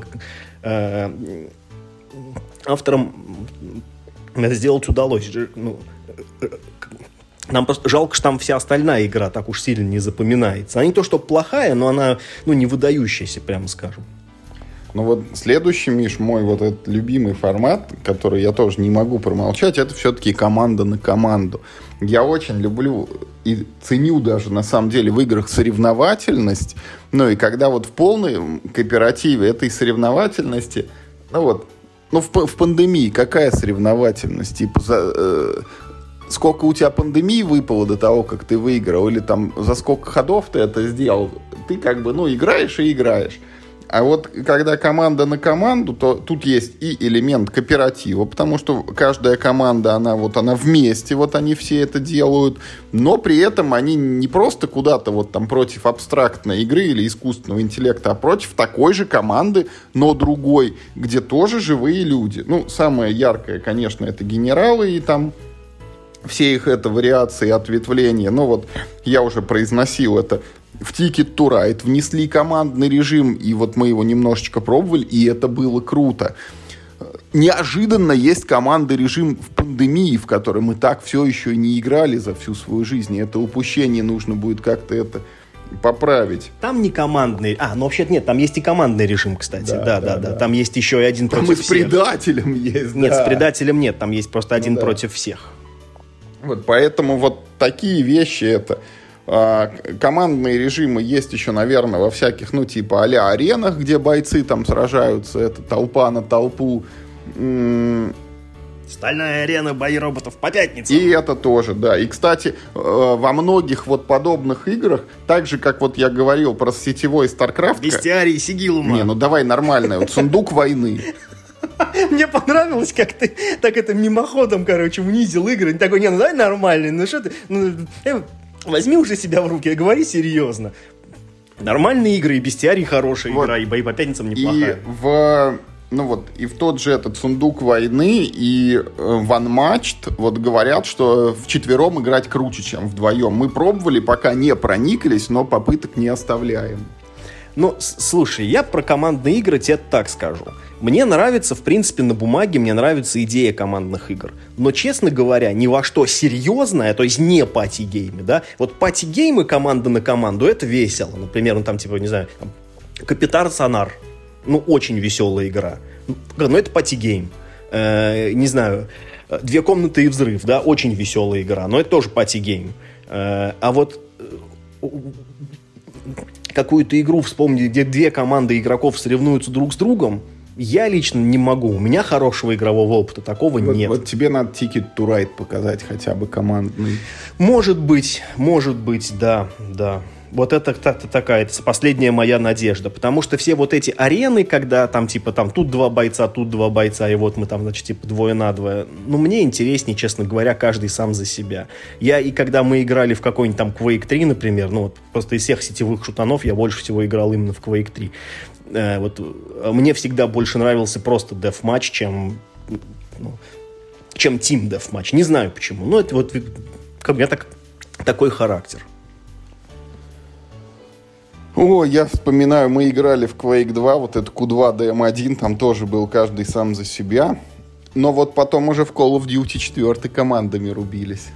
[SPEAKER 2] авторам это сделать удалось. Ну, нам просто жалко, что там вся остальная игра так уж сильно не запоминается. Она не то, что плохая, но она, ну, не выдающаяся, прямо скажем.
[SPEAKER 1] Ну вот следующий, Миш, мой вот этот любимый формат, который я тоже не могу промолчать, это все-таки команда на команду. Я очень люблю и ценю даже, на самом деле, в играх соревновательность. Ну и когда вот в полной кооперативе этой соревновательности, в пандемии какая соревновательность? Типа, сколько у тебя пандемии выпало до того, как ты выиграл, или там за сколько ходов ты это сделал, ты как бы, ну, играешь и играешь. А вот когда команда на команду, то тут есть и элемент кооператива, потому что каждая команда, она вместе, вот они все это делают, но при этом они не просто куда-то вот там против абстрактной игры или искусственного интеллекта, а против такой же команды, но другой, где тоже живые люди. Ну, самое яркое, конечно, это генералы и там все их это вариации, ответвления. Но вот я уже произносил это. В Ticket to Ride внесли командный режим, и вот мы его немножечко пробовали, и это было круто. Неожиданно есть командный режим в пандемии, в который мы так все еще и не играли за всю свою жизнь, и это упущение, нужно будет как-то это поправить.
[SPEAKER 2] Там не командный... ну вообще-то нет, там есть и командный режим, кстати. Да. Там есть еще и один против всех.
[SPEAKER 1] Там и с предателем есть.
[SPEAKER 2] Нет, с предателем нет, там есть просто один против всех.
[SPEAKER 1] Вот поэтому вот такие вещи это... Командные режимы есть еще, наверное, во всяких, ну, типа а-ля аренах, где бойцы там сражаются, это толпа на толпу.
[SPEAKER 2] Стальная арена, бои роботов по пятницам.
[SPEAKER 1] И это тоже, да. И, кстати, во многих вот подобных играх, так же, как вот я говорил про сетевой StarCraft...
[SPEAKER 2] Бестиарий Сигилума.
[SPEAKER 1] Не, ну давай нормально. Вот сундук войны.
[SPEAKER 2] Мне понравилось, как ты так это мимоходом, короче, унизил игры. Такой, ну давай нормальный, ну что ты... Возьми уже себя в руки, говори серьезно. Нормальные игры, и Бестиарий хорошая игра, и бои по пятницам неплохая.
[SPEAKER 1] И в тот же этот сундук войны и Unmatched вот говорят, что вчетвером играть круче, чем вдвоем. Мы пробовали, пока не прониклись, но попыток не оставляем.
[SPEAKER 2] Ну, слушай, я про командные игры тебе так скажу. Мне нравится, в принципе, на бумаге, мне нравится идея командных игр. Но, честно говоря, ни во что серьезное, то есть не пати-геймы, да. Вот пати-геймы команда на команду, это весело. Например, там, типа, не знаю, Капитан Сонар. Ну, очень веселая игра. Но это пати-гейм. Не знаю, Две комнаты и взрыв, да, очень веселая игра. Но это тоже пати-гейм. А вот... какую-то игру вспомнить, где две команды игроков соревнуются друг с другом, Я лично не могу. У меня хорошего игрового опыта такого нет.
[SPEAKER 1] Вот тебе надо Ticket to Ride показать, хотя бы командный.
[SPEAKER 2] Может быть, да. Вот это такая последняя моя надежда. Потому что все вот эти арены, когда там типа там тут 2 бойца, и вот мы там, значит, типа 2 на 2. Ну, мне интереснее, честно говоря, каждый сам за себя. И когда мы играли в какой-нибудь там Quake 3, например, ну вот просто из всех сетевых шутанов я больше всего играл именно в Quake 3. Вот мне всегда больше нравился просто Deathmatch, чем Team Deathmatch. Не знаю почему. Но это вот как у меня такой характер.
[SPEAKER 1] О, я вспоминаю, мы играли в Quake 2, вот это Q2 DM1, там тоже был каждый сам за себя. Но вот потом уже в Call of Duty 4 командами рубились.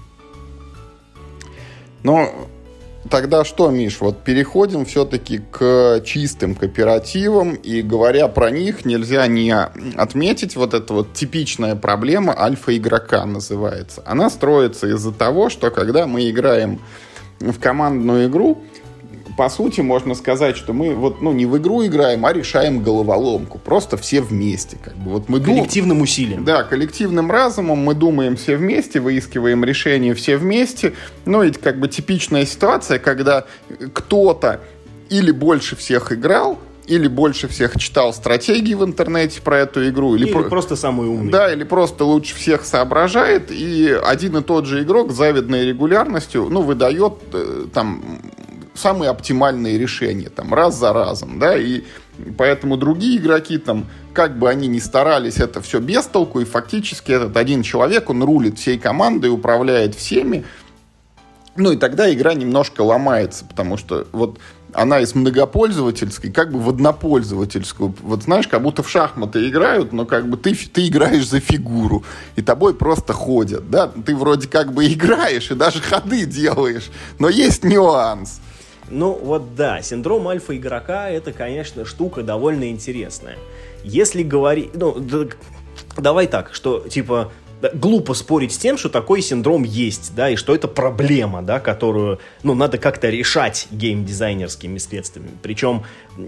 [SPEAKER 1] Но тогда что, Миш, вот переходим все-таки к чистым кооперативам, и говоря про них, нельзя не отметить вот эта вот типичная проблема альфа-игрока называется. Она строится из-за того, что когда мы играем в командную игру, по сути, можно сказать, что мы вот, не в игру играем, а решаем головоломку. Просто все вместе. Как бы. Вот мы
[SPEAKER 2] коллективным усилием.
[SPEAKER 1] Да, коллективным разумом мы думаем все вместе, выискиваем решение все вместе. Ну, и как бы типичная ситуация, когда кто-то или больше всех играл, или больше всех читал стратегии в интернете про эту игру. Или
[SPEAKER 2] просто самый умный.
[SPEAKER 1] Да, или просто лучше всех соображает, и один и тот же игрок с завидной регулярностью, выдает там самые оптимальные решения, там, раз за разом, да, и поэтому другие игроки, там, как бы они ни старались, это все без толку, и фактически этот один человек, он рулит всей командой, управляет всеми, и тогда игра немножко ломается, потому что вот она из многопользовательской как бы в однопользовательскую. Вот знаешь, как будто в шахматы играют, но как бы ты играешь за фигуру, и тобой просто ходят, да, ты вроде как бы играешь и даже ходы делаешь, но есть нюанс.
[SPEAKER 2] Ну вот да, синдром альфа-игрока — это, конечно, штука довольно интересная. Если говорить... давай так, что типа глупо спорить с тем, что такой синдром есть, да, и что это проблема, да, которую, надо как-то решать геймдизайнерскими средствами. Причем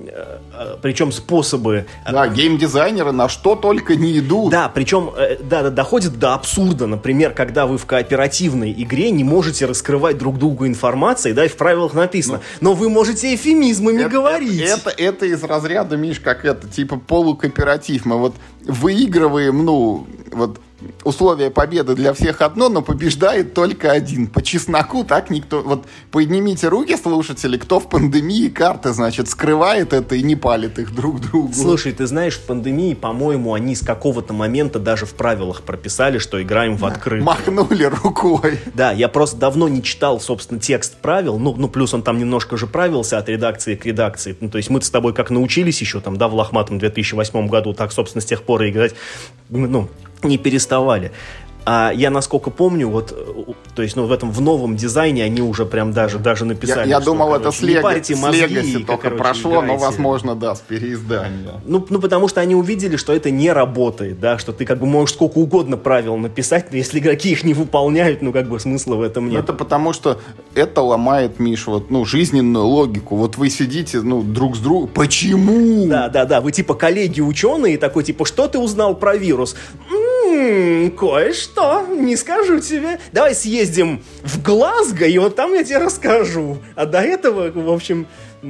[SPEAKER 2] способы...
[SPEAKER 1] Да, геймдизайнеры на что только не идут.
[SPEAKER 2] Да, причем, доходит до абсурда. Например, когда вы в кооперативной игре не можете раскрывать друг другу информацию, да, и в правилах написано, но вы можете эвфемизмами говорить.
[SPEAKER 1] Это из разряда, Миш, как типа полукооператив. Мы вот выигрываем, условие победы для всех одно, но побеждает только один. По чесноку так никто... Вот поднимите руки, слушатели, кто в пандемии карты, значит, скрывает это и не палит их друг другу.
[SPEAKER 2] Слушай, ты знаешь, в пандемии, по-моему, они с какого-то момента даже в правилах прописали, что играем в открытую.
[SPEAKER 1] Махнули рукой.
[SPEAKER 2] Да, я просто давно не читал, собственно, текст правил, плюс он там немножко же правился от редакции к редакции. То есть мы с тобой как научились еще там, да, в лохматом 2008 году, так, собственно, с тех пор и играть, не переставали. А я, насколько помню, в новом дизайне они уже прям даже написали.
[SPEAKER 1] Я думал, это с
[SPEAKER 2] Legacy
[SPEAKER 1] только прошло, играйте. Но, возможно, да, с переиздания.
[SPEAKER 2] Потому что они увидели, что это не работает, да, что ты как бы можешь сколько угодно правил написать, но если игроки их не выполняют, смысла в этом нет.
[SPEAKER 1] Это потому что это ломает, Миш, жизненную логику. Вот вы сидите, друг с другом. Почему?
[SPEAKER 2] Да, вы типа коллеги-ученые, такой типа, что ты узнал про вирус? Кое-что, не скажу тебе. Давай съездим в Глазго, и вот там я тебе расскажу. А до этого, в общем,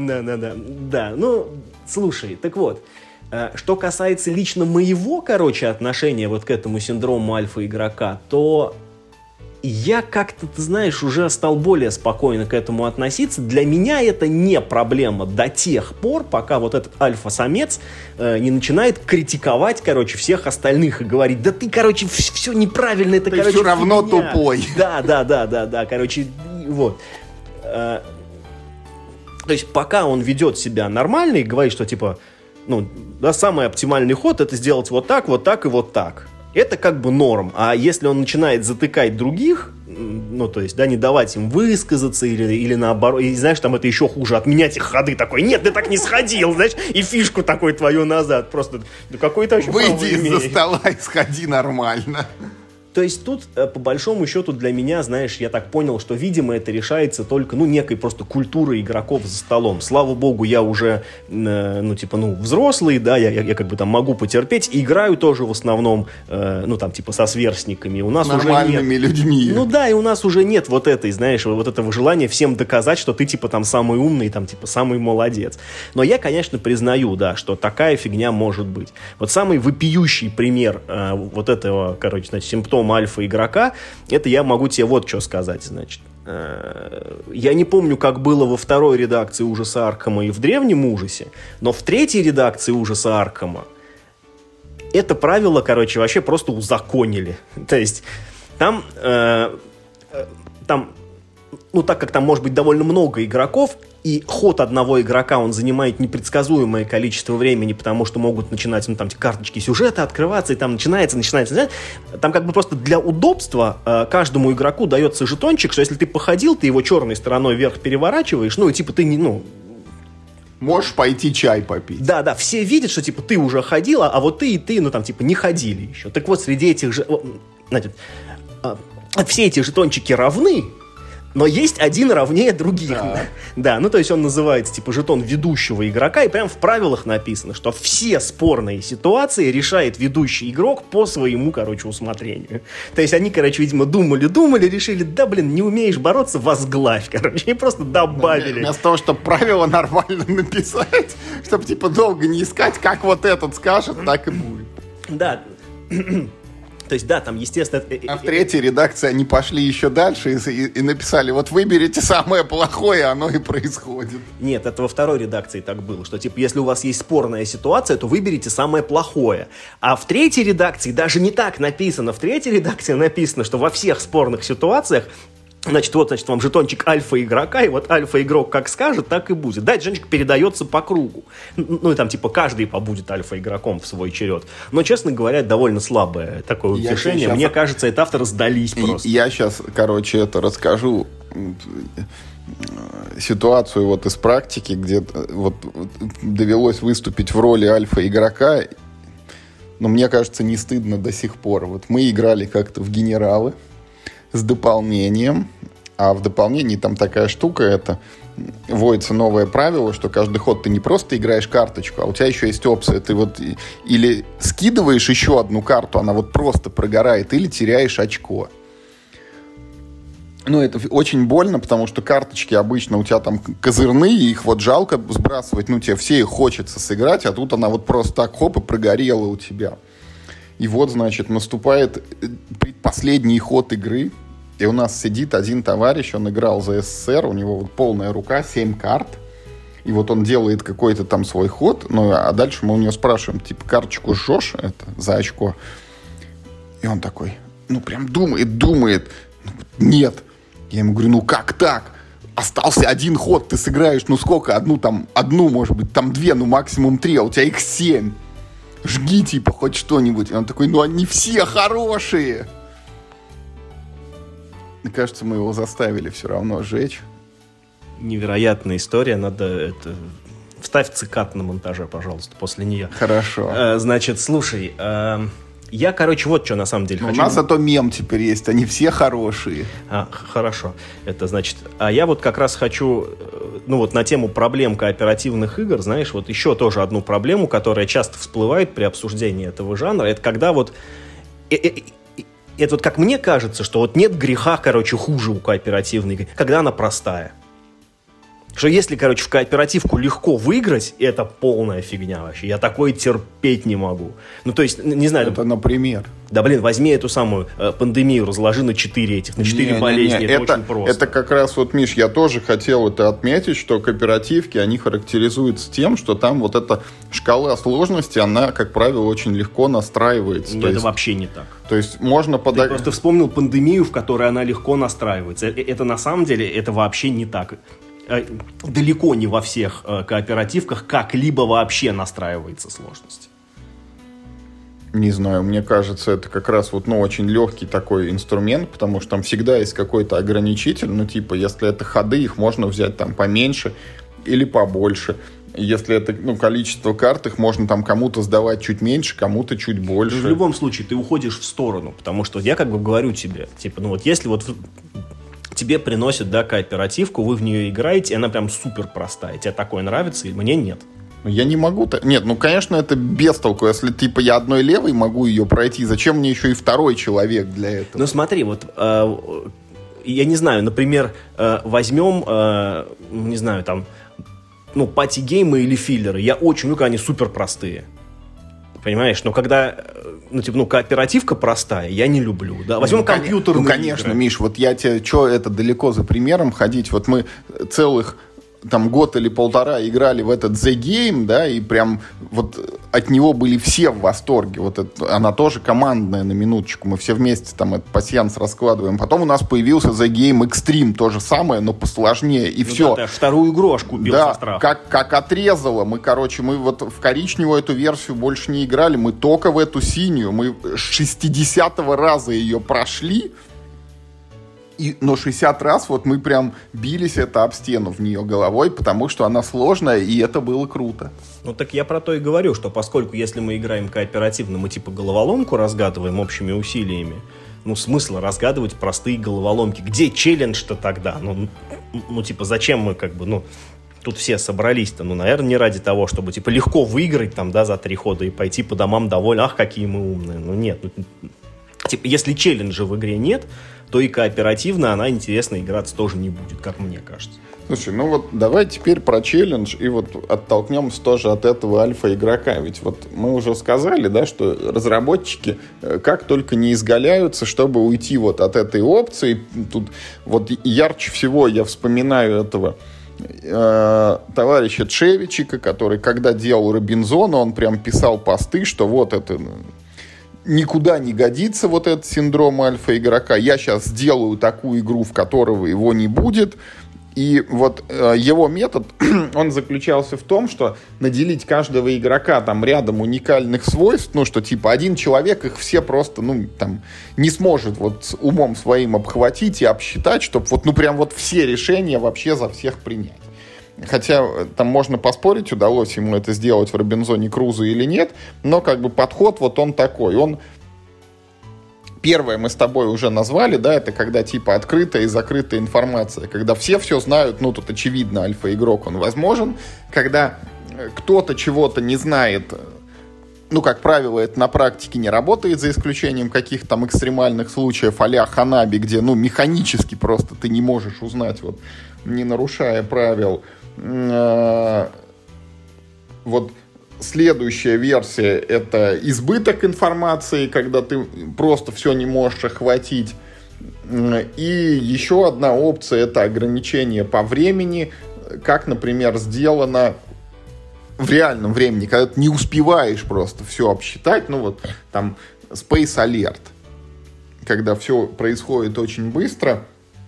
[SPEAKER 2] да. Слушай, так вот, что касается лично моего, отношения вот к этому синдрому альфа-игрока, то я как-то, ты знаешь, уже стал более спокойно к этому относиться. Для меня это не проблема до тех пор, пока вот этот альфа-самец не начинает критиковать, всех остальных и говорить, да ты, все неправильно, это,
[SPEAKER 1] ты все равно
[SPEAKER 2] фигня.
[SPEAKER 1] Тупой.
[SPEAKER 2] Да, вот. То есть пока он ведет себя нормально и говорит, что типа, самый оптимальный ход — это сделать вот так и вот так. Это как бы норм. А если он начинает затыкать других, не давать им высказаться или наоборот, и знаешь, там это еще хуже, отменять их ходы такой, нет, ты так не сходил, знаешь, и фишку такой твою назад. Просто, какой-то вообще
[SPEAKER 1] выйди из-за стола и сходи нормально.
[SPEAKER 2] То есть тут, по большому счету, для меня, знаешь, я так понял, что, видимо, это решается только, некой просто культурой игроков за столом. Слава богу, я уже, взрослый, да, я как бы там могу потерпеть, и играю тоже в основном, со сверстниками. У нас
[SPEAKER 1] нормальными
[SPEAKER 2] уже нет,
[SPEAKER 1] людьми.
[SPEAKER 2] Ну да, и у нас уже нет вот этой, знаешь, вот этого желания всем доказать, что ты, типа, там, самый умный, там, типа, самый молодец. Но я, конечно, признаю, да, что такая фигня может быть. Вот самый вопиющий пример вот этого, симптома альфа-игрока, это я могу тебе вот что сказать, значит. Я не помню, как было во второй редакции ужаса Аркхема и в древнем ужасе, но в третьей редакции ужаса Аркхема это правило, вообще просто узаконили. То есть там, так как там может быть довольно много игроков, и ход одного игрока, он занимает непредсказуемое количество времени, потому что могут начинать, карточки сюжета открываться, и там начинается. Там как бы просто для удобства каждому игроку дается жетончик, что если ты походил, ты его черной стороной вверх переворачиваешь, ты не,
[SPEAKER 1] можешь пойти чай попить.
[SPEAKER 2] Да, все видят, что, ты уже ходил, а вот ты и ты, не ходили еще. Так вот, среди этих же... все эти жетончики равны, но есть один равнее других. Да, то есть он называется, жетон ведущего игрока, и прям в правилах написано, что все спорные ситуации решает ведущий игрок по своему, усмотрению. То есть они, видимо, думали, решили, не умеешь бороться, возглавь, и просто добавили.
[SPEAKER 1] Вместо того, чтобы правила нормально написать, чтобы, долго не искать, как вот этот скажет, так и будет.
[SPEAKER 2] Да. То есть, да, там, естественно...
[SPEAKER 1] А в третьей редакции они пошли еще дальше и написали, вот выберите самое плохое, оно и происходит.
[SPEAKER 2] Нет, это во второй редакции так было, что, если у вас есть спорная ситуация, то выберите самое плохое. А в третьей редакции даже не так написано. В третьей редакции написано, что во всех спорных ситуациях Значит, вам жетончик альфа-игрока, и вот альфа-игрок как скажет, так и будет. Да, этот жетончик передается по кругу. И там, каждый побудет альфа-игроком в свой черед. Но, честно говоря, довольно слабое такое утешение. Мне кажется, это авторы сдались просто.
[SPEAKER 1] Я сейчас, расскажу ситуацию из практики, где довелось выступить в роли альфа-игрока. Но мне кажется, не стыдно до сих пор. Мы играли как-то в генералы с дополнением, а в дополнении там такая штука, это вводится новое правило, что каждый ход ты не просто играешь карточку, а у тебя еще есть опция, ты или скидываешь еще одну карту, она просто прогорает, или теряешь очко. Это очень больно, потому что карточки обычно у тебя там козырные, их жалко сбрасывать, тебе все их хочется сыграть, а тут она просто так хоп и прогорела у тебя. И наступает предпоследний ход игры, и у нас сидит один товарищ, он играл за СССР, у него полная рука, 7 карт, и он делает какой-то там свой ход, а дальше мы у него спрашиваем, карточку жжешь за очко? И он такой, прям думает, нет. Я ему говорю, как так? Остался один ход, ты сыграешь, сколько? Одну, может быть, две, максимум 3, а у тебя их 7. Жги, хоть что-нибудь. И он такой, они все хорошие. Мне кажется, мы его заставили все равно сжечь.
[SPEAKER 2] Невероятная история. Надо это... Вставь цикат на монтаже, пожалуйста, после нее.
[SPEAKER 1] Хорошо.
[SPEAKER 2] Значит, слушай... Я, вот что на самом деле хочу...
[SPEAKER 1] У нас зато мем теперь есть, они все хорошие.
[SPEAKER 2] Хорошо. Это значит... А я как раз хочу... на тему проблем кооперативных игр, знаешь, еще тоже одну проблему, которая часто всплывает при обсуждении этого жанра, это когда это как мне кажется, что нет греха, хуже у кооперативной игры, когда она простая. Что если, в кооперативку легко выиграть, это полная фигня вообще. Я такое терпеть не могу. То есть, не знаю...
[SPEAKER 1] Это, например...
[SPEAKER 2] Да, возьми эту самую пандемию, разложи на 4 болезни. Это очень просто.
[SPEAKER 1] Это как раз, Миш, я тоже хотел это отметить, что кооперативки, они характеризуются тем, что там эта шкала сложности, она, как правило, очень легко настраивается.
[SPEAKER 2] Нет, это вообще не так.
[SPEAKER 1] То есть можно
[SPEAKER 2] Ты просто вспомнил пандемию, в которой она легко настраивается. Это на самом деле, это вообще не так. Далеко не во всех кооперативках как-либо вообще настраивается сложность.
[SPEAKER 1] Не знаю, мне кажется, это как раз очень легкий такой инструмент, потому что там всегда есть какой-то ограничитель, если это ходы, их можно взять поменьше или побольше. Если это, количество карт, их можно там кому-то сдавать чуть меньше, кому-то чуть больше.
[SPEAKER 2] В любом случае, ты уходишь в сторону, потому что я как бы говорю тебе, типа, если вот тебе приносят, да, кооперативку, вы в нее играете, и она прям супер простая, тебе такое нравится, и мне нет.
[SPEAKER 1] Я не могу... Нет, конечно, это бестолку. Если, типа, я одной левой могу ее пройти, зачем мне еще и второй человек для этого?
[SPEAKER 2] Ну, смотри, вот... я не знаю, например, возьмем, не знаю, там, пати-геймы или филлеры. Я очень люблю, когда они супер простые. Понимаешь? Но когда, кооперативка простая, я не люблю. Да? Возьмем компьютерные игры.
[SPEAKER 1] Конечно, Миш, вот я тебе... это далеко за примером ходить? Вот мы целых... год или полтора играли в этот The Game, да, и прям вот от него были все в восторге. Вот это, она тоже командная, на минуточку. Мы все вместе там этот пасьянс раскладываем. Потом у нас появился The Game Extreme, то же самое, но посложнее, и все.
[SPEAKER 2] Да, вторую игру аж купил со страхом.
[SPEAKER 1] Как отрезало. Мы вот в коричневую эту версию больше не играли, мы только в эту синюю. Мы с 60-го раза ее прошли, но 60 раз вот мы прям бились это об стену в нее головой, потому что она сложная, и это было круто.
[SPEAKER 2] Ну так я про то и говорю, что поскольку если мы играем кооперативно, мы типа головоломку разгадываем общими усилиями, смысл разгадывать простые головоломки. Где челлендж-то тогда? Зачем мы тут все собрались-то? Наверное, не ради того, чтобы типа легко выиграть там, да, за 3 хода и пойти по домам довольны. Ах, какие мы умные. Нет. Если челленджа в игре нет, то и кооперативно она интересно играться тоже не будет, как мне кажется.
[SPEAKER 1] Слушай, давай теперь про челлендж и оттолкнемся тоже от этого альфа-игрока. Ведь мы уже сказали, да, что разработчики как только не изгаляются, чтобы уйти от этой опции. Тут ярче всего я вспоминаю этого товарища Чевичика, который, когда делал Робинзона, он прям писал посты, что это... никуда не годится этот синдром альфа-игрока. Я сейчас сделаю такую игру, в которой его не будет. И его метод, он заключался в том, что наделить каждого игрока там рядом уникальных свойств, что типа один человек их все просто, не сможет умом своим обхватить и обсчитать, чтобы прям все решения вообще за всех принять. Хотя там можно поспорить, удалось ему это сделать в Робинзоне Крузо или нет, но подход он такой. Первое мы с тобой уже назвали, да, это когда типа открытая и закрытая информация, когда все знают, тут очевидно альфа-игрок, он возможен, когда кто-то чего-то не знает, как правило, это на практике не работает, за исключением каких-то там экстремальных случаев а-ля Ханаби, где, механически просто ты не можешь узнать, не нарушая правил. Следующая версия — это избыток информации, когда ты просто все не можешь охватить. И еще одна опция — это ограничение по времени, как, например, сделано в реальном времени, когда ты не успеваешь просто все обсчитать. Там Space Alert, когда все происходит очень быстро.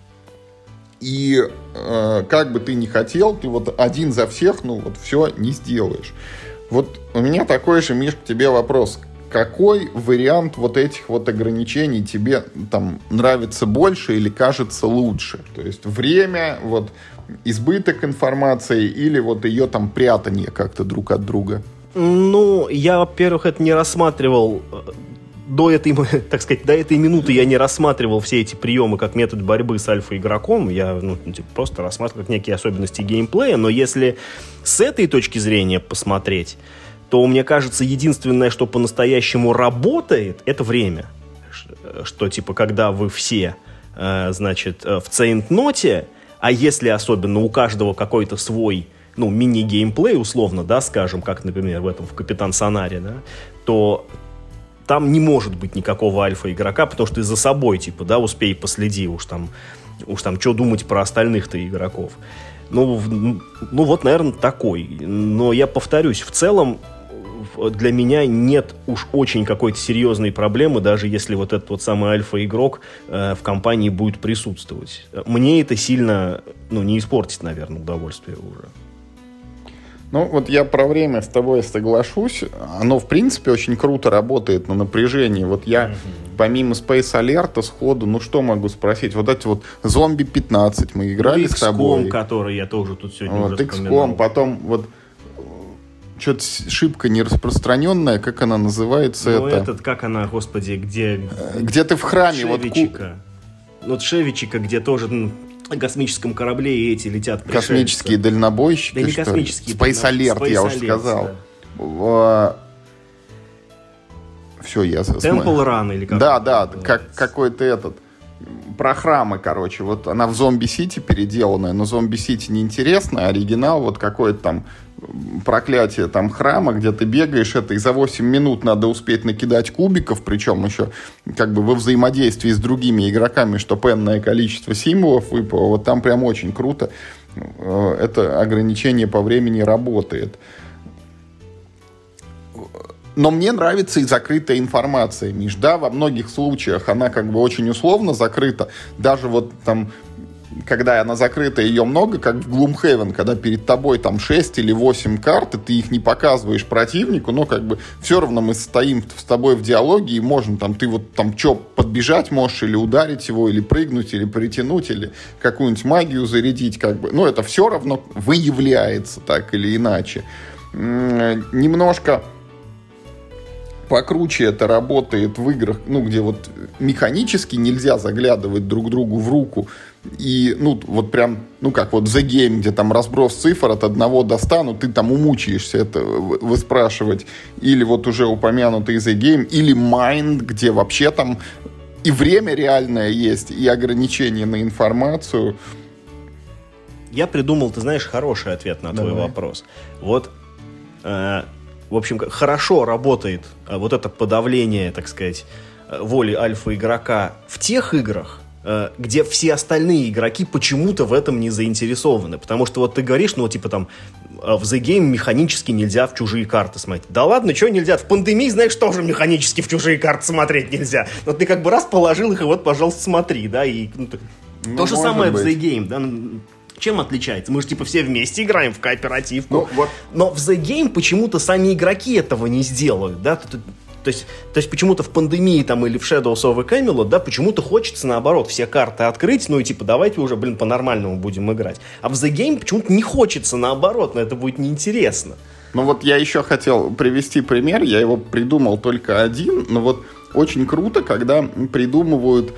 [SPEAKER 1] И как бы ты ни хотел, ты один за всех, все не сделаешь. У меня такой же, Миш, к тебе вопрос. Какой вариант этих ограничений тебе там нравится больше или кажется лучше? То есть время, избыток информации или ее там прятание как-то друг от друга?
[SPEAKER 2] Я, во-первых, это не рассматривал... До этой минуты я не рассматривал все эти приемы как метод борьбы с альфа-игроком. Я просто рассматривал как некие особенности геймплея. Но если с этой точки зрения посмотреть, то, мне кажется, единственное, что по-настоящему работает, это время. Что, когда вы все, в цейнтноте, а если особенно у каждого какой-то свой, мини-геймплей, условно, да, скажем, как, например, в Капитан Сонаре, да, то... там не может быть никакого альфа-игрока, потому что ты за собой, успей последи, уж там, что думать про остальных-то игроков. Наверное, такой. Но я повторюсь, в целом для меня нет уж очень какой-то серьезной проблемы, даже если этот самый альфа-игрок в компании будет присутствовать. Мне это сильно, не испортит, наверное, удовольствие уже.
[SPEAKER 1] Я про время с тобой соглашусь. Оно, в принципе, очень круто работает на напряжении. Я, помимо Space Alert, сходу, что могу спросить? Эти Зомби 15 мы играли с тобой.
[SPEAKER 2] XCOM, который я тоже тут сегодня уже
[SPEAKER 1] вспоминал. XCOM, потом что-то шибко не распространенная, как она называется?
[SPEAKER 2] Ну, как она, господи,
[SPEAKER 1] где ты в храме.
[SPEAKER 2] Шевичика. Вот Шевичика, где тоже на космическом корабле и эти летят пришельцы.
[SPEAKER 1] Космические дальнобойщики,
[SPEAKER 2] да не космические.
[SPEAKER 1] Space Alert, я уже сказал. Да. Все, я...
[SPEAKER 2] Temple Run или как?
[SPEAKER 1] Да, какой-то этот... Про храмы, короче. Вот она в Zombie City переделанная, но Zombie City неинтересно, оригинал вот какое-то там проклятие там храма, где ты бегаешь, это и за 8 минут надо успеть накидать кубиков, причем еще как бы во взаимодействии с другими игроками, чтобы энное количество символов выпало. Вот там прям очень круто. Это ограничение по времени работает. Но мне нравится и закрытая информация, Миш. Да, во многих случаях она как бы очень условно закрыта. Даже вот там, когда она закрыта, ее много, как в Gloomhaven, когда перед тобой там 6 или 8 карт, и ты их не показываешь противнику, но как бы все равно мы стоим с тобой в диалоге, и можно там, ты вот там что, подбежать можешь, или ударить его, или прыгнуть, или притянуть, или какую-нибудь магию зарядить, как бы. Но это все равно выявляется так или иначе. Немножко покруче это работает в играх, ну, где вот механически нельзя заглядывать друг другу в руку. И, ну, вот прям, ну, как вот The Game, где там разброс цифр от 1 до 100, ну, ты там умучаешься это выспрашивать. Или вот уже упомянутый The Game, или Mind, где вообще там и время реальное есть, и ограничения на информацию.
[SPEAKER 2] Я придумал, ты знаешь, хороший ответ на твой вопрос. Вот... В общем, хорошо работает вот это подавление, так сказать, воли альфа-игрока в тех играх, где все остальные игроки почему-то в этом не заинтересованы. Потому что вот ты говоришь, ну, типа там, в The Game механически нельзя в чужие карты смотреть. Да ладно, что нельзя? В пандемии, знаешь, тоже механически в чужие карты смотреть нельзя. Но ты как бы раз положил их, и вот, пожалуйста, смотри, да, и... то же самое быть. В The Game, да. Чем отличается? Мы же типа все вместе играем в кооперативку.
[SPEAKER 1] Ну, вот.
[SPEAKER 2] Но в The Game почему-то сами игроки этого не сделают, да? То есть почему-то в пандемии там или в Shadows of the Camelot, да, почему-то хочется наоборот все карты открыть, ну и типа давайте уже, по-нормальному будем играть. А в The Game почему-то не хочется наоборот, но это будет неинтересно.
[SPEAKER 1] Ну вот я еще хотел привести пример, я его придумал только один, но вот очень круто, когда придумывают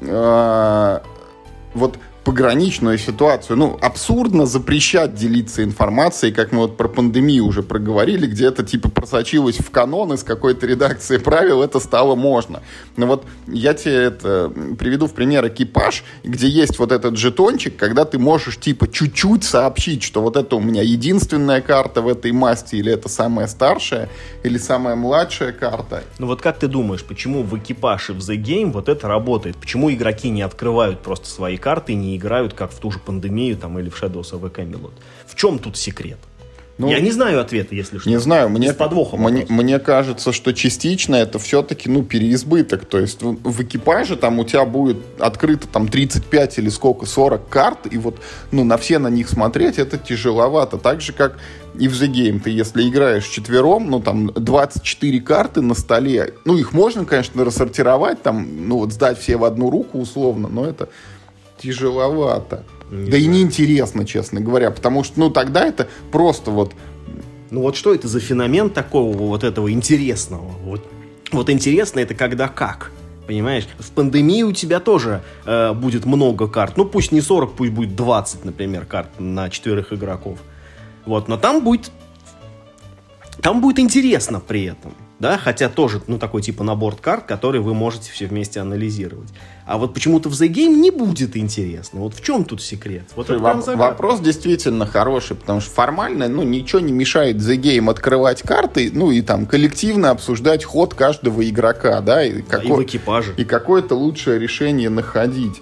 [SPEAKER 1] вот пограничную ситуацию. Ну, абсурдно запрещать делиться информацией, как мы вот про пандемию уже проговорили, где это типа просочилось в канон из какой-то редакции правил, это стало можно. Но вот я тебе приведу в пример экипаж, где есть вот этот жетончик, когда ты можешь типа чуть-чуть сообщить, что вот это у меня единственная карта в этой масти, или это самая старшая, или самая младшая карта.
[SPEAKER 2] Ну вот как ты думаешь, почему в экипаж и в The Game вот это работает? Почему игроки не открывают просто свои карты и не играют, как в ту же пандемию там, или в Shadows of the Camelot? В чем тут секрет? Ну, я не знаю ответа, если что.
[SPEAKER 1] Не знаю,
[SPEAKER 2] мне
[SPEAKER 1] кажется, что частично это все-таки, ну, переизбыток. То есть в экипаже там у тебя будет открыто там 35 или сколько, 40 карт, и вот, ну, на все на них смотреть это тяжеловато. Так же, как и в The Game. Ты, если играешь вчетвером, ну, там 24 карты на столе, ну, их можно, конечно, рассортировать, там, ну, вот сдать все в одну руку условно, но это тяжеловато. Да и неинтересно, честно говоря, потому что, ну, тогда это просто вот...
[SPEAKER 2] Ну, вот что это за феномен такого вот этого интересного? Вот интересно это когда как, понимаешь? В пандемии у тебя тоже будет много карт. Ну, пусть не 40, пусть будет 20, например, карт на 4 игроков. Вот, но там будет интересно при этом. Да, хотя тоже, ну, такой типа набор карт, который вы можете все вместе анализировать. А вот почему-то в The Game не будет интересно. Вот в чем тут секрет? Вот
[SPEAKER 1] вопрос действительно хороший, потому что формально, ну, ничего не мешает The Game открывать карты, ну, и там коллективно обсуждать ход каждого игрока, да, и
[SPEAKER 2] в экипаже.
[SPEAKER 1] И какое-то лучшее решение находить.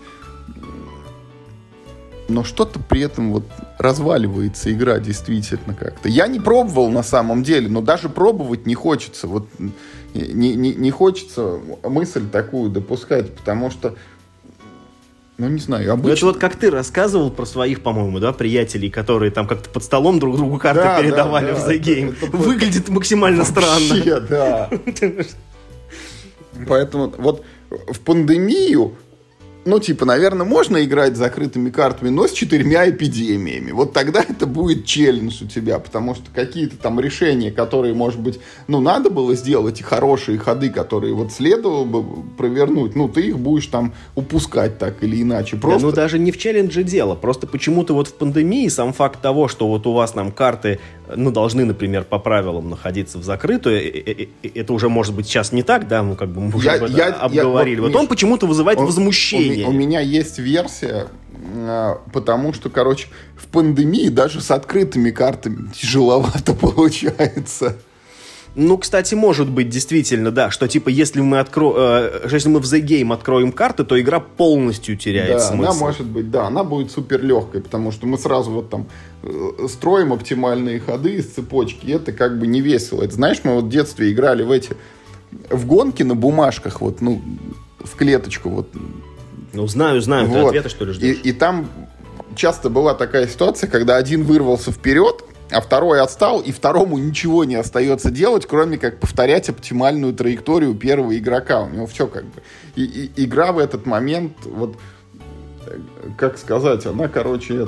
[SPEAKER 1] Но что-то при этом вот разваливается игра действительно как-то. Я не пробовал на самом деле, но даже пробовать не хочется. Вот не хочется мысль такую допускать, потому что, ну, не знаю, обычно...
[SPEAKER 2] Это вот как ты рассказывал про своих, по-моему, да, приятелей, которые там как-то под столом друг другу карты передавали в The Game. Выглядит максимально странно.
[SPEAKER 1] Вообще, да. Поэтому вот в пандемию ну, типа, наверное, можно играть с закрытыми картами, но с 4 эпидемиями. Вот тогда это будет челлендж у тебя, потому что какие-то там решения, которые, может быть, ну, надо было сделать, и хорошие ходы, которые вот следовало бы провернуть, ну, ты их будешь там упускать так или иначе. Просто...
[SPEAKER 2] Да, ну, даже не в челлендже дело. Просто почему-то вот в пандемии сам факт того, что вот у вас там карты, ну, должны, например, по правилам находиться в закрытую, это уже, может быть, сейчас не так, да, ну, как бы мы уже обговорили. Вот он почему-то вызывает возмущение.
[SPEAKER 1] У меня есть версия, потому что, короче, в пандемии даже с открытыми картами тяжеловато получается.
[SPEAKER 2] Ну, кстати, может быть, действительно, да, что, типа, если мы в The Game откроем карты, то игра полностью теряет смысл.
[SPEAKER 1] Она может быть, да, она будет супер легкой, потому что мы сразу вот там строим оптимальные ходы из цепочки, и это как бы не весело. Это, знаешь, мы вот в детстве играли в гонки на бумажках, вот, ну, в клеточку, вот.
[SPEAKER 2] Ну, знаю, вот. Ты ответа, что ли, ждешь?
[SPEAKER 1] И там часто была такая ситуация, когда один вырвался вперед, а второй отстал, и второму ничего не остается делать, кроме как повторять оптимальную траекторию первого игрока. У него все как бы... И игра в этот момент, вот, как сказать, она, короче,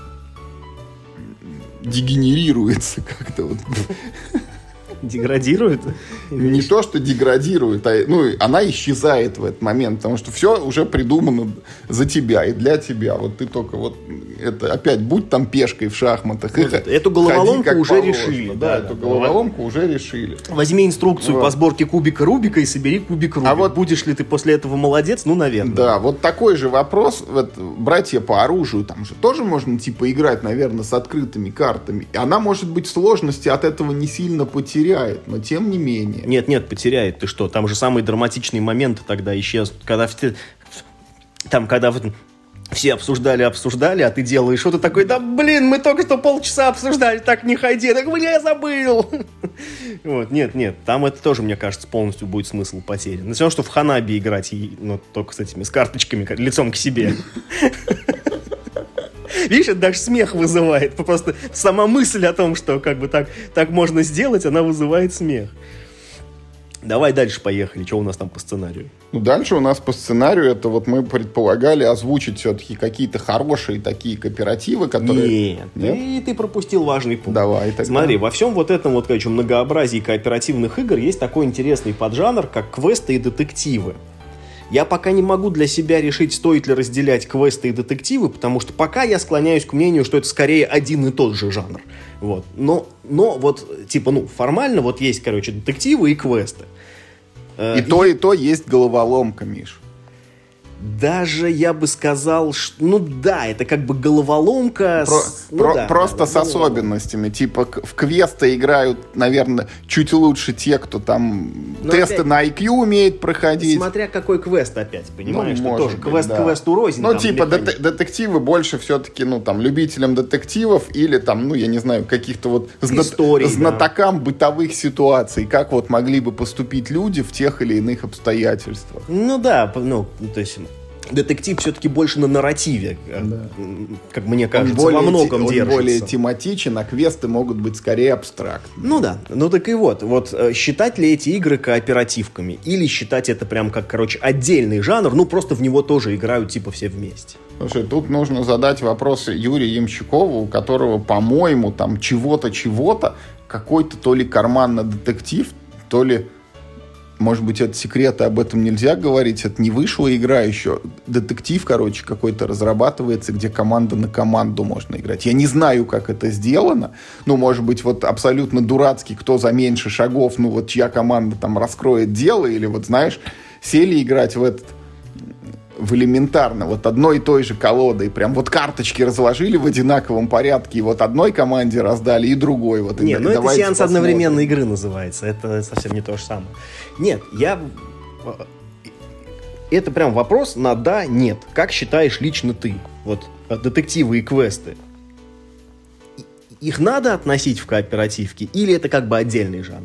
[SPEAKER 1] дегенерируется как-то вот.
[SPEAKER 2] Деградирует?
[SPEAKER 1] Не то, что деградирует, а, ну, она исчезает в этот момент, потому что все уже придумано за тебя и для тебя. Вот ты только вот это опять будь там пешкой в шахматах.
[SPEAKER 2] Вот эту головоломку уже решили.
[SPEAKER 1] Да, эту головоломку уже решили.
[SPEAKER 2] Возьми инструкцию по сборке кубика Рубика и собери кубик Рубик. А вот будешь ли ты после этого молодец? Ну, наверное.
[SPEAKER 1] Да, вот такой же вопрос. Вот, братья по оружию, там же тоже можно типа играть, наверное, с открытыми картами. И она, может быть, сложности от этого не сильно потеряет, но тем не менее.
[SPEAKER 2] Нет, потеряет. Ты что? Там же самые драматичные моменты тогда исчезнут. Когда все обсуждали, а ты делаешь что-то такое, да блин, мы только что полчаса обсуждали, так не ходи, так я забыл. Вот, нет, там это тоже, мне кажется, полностью будет смысл потерян. Все равно, что в Ханаби играть, но только с этими, с карточками, лицом к себе. Видишь, это даже смех вызывает. Просто сама мысль о том, что как бы так можно сделать, она вызывает смех. Давай дальше поехали. Что у нас там по сценарию?
[SPEAKER 1] Ну, дальше у нас по сценарию это вот мы предполагали озвучить все-таки какие-то хорошие такие кооперативы, которые...
[SPEAKER 2] Нет? Ты пропустил важный пункт.
[SPEAKER 1] Давай тогда.
[SPEAKER 2] Смотри, во всем вот этом вот, короче, многообразии кооперативных игр есть такой интересный поджанр, как квесты и детективы. Я пока не могу для себя решить, стоит ли разделять квесты и детективы, потому что пока я склоняюсь к мнению, что это скорее один и тот же жанр. Вот. Но вот, типа, формально вот есть, короче, детективы и квесты.
[SPEAKER 1] И то есть головоломка, Миш.
[SPEAKER 2] Даже я бы сказал, что, это как бы головоломка.
[SPEAKER 1] Просто с особенностями. Типа в квесты играют, наверное, чуть лучше те, кто там тесты опять, на IQ умеет проходить.
[SPEAKER 2] Смотря какой квест опять, понимаешь?
[SPEAKER 1] Ну,
[SPEAKER 2] тоже
[SPEAKER 1] быть,
[SPEAKER 2] квесту рознь.
[SPEAKER 1] Ну, типа детективы больше все-таки, любителям детективов или там, я не знаю, каких-то вот знатокам бытовых ситуаций, как вот могли бы поступить люди в тех или иных обстоятельствах.
[SPEAKER 2] То есть детектив все-таки больше на нарративе, как мне кажется, во многом держится.
[SPEAKER 1] Он более тематичен, а квесты могут быть скорее абстрактными.
[SPEAKER 2] Так и вот считать ли эти игры кооперативками или считать это прям как, отдельный жанр, просто в него тоже играют типа все вместе.
[SPEAKER 1] Слушай, тут нужно задать вопрос Юрию Ямщикову, у которого, по-моему, там чего-то, какой-то то ли карманный детектив, то ли... Может быть, это секреты, об этом нельзя говорить. Это не вышла игра еще. Детектив, какой-то разрабатывается, где команда на команду можно играть. Я не знаю, как это сделано. Может быть, вот абсолютно дурацкий, кто за меньше шагов, чья команда там раскроет дело, или сели играть в элементарно, одной и той же колодой, прям карточки разложили в одинаковом порядке, и одной команде раздали, и другой.
[SPEAKER 2] Это сеанс одновременной игры называется, это совсем не то же самое. Нет, это прям вопрос на да, нет. Как считаешь лично ты? Детективы и квесты. Их надо относить в кооперативки, или это как бы отдельный жанр?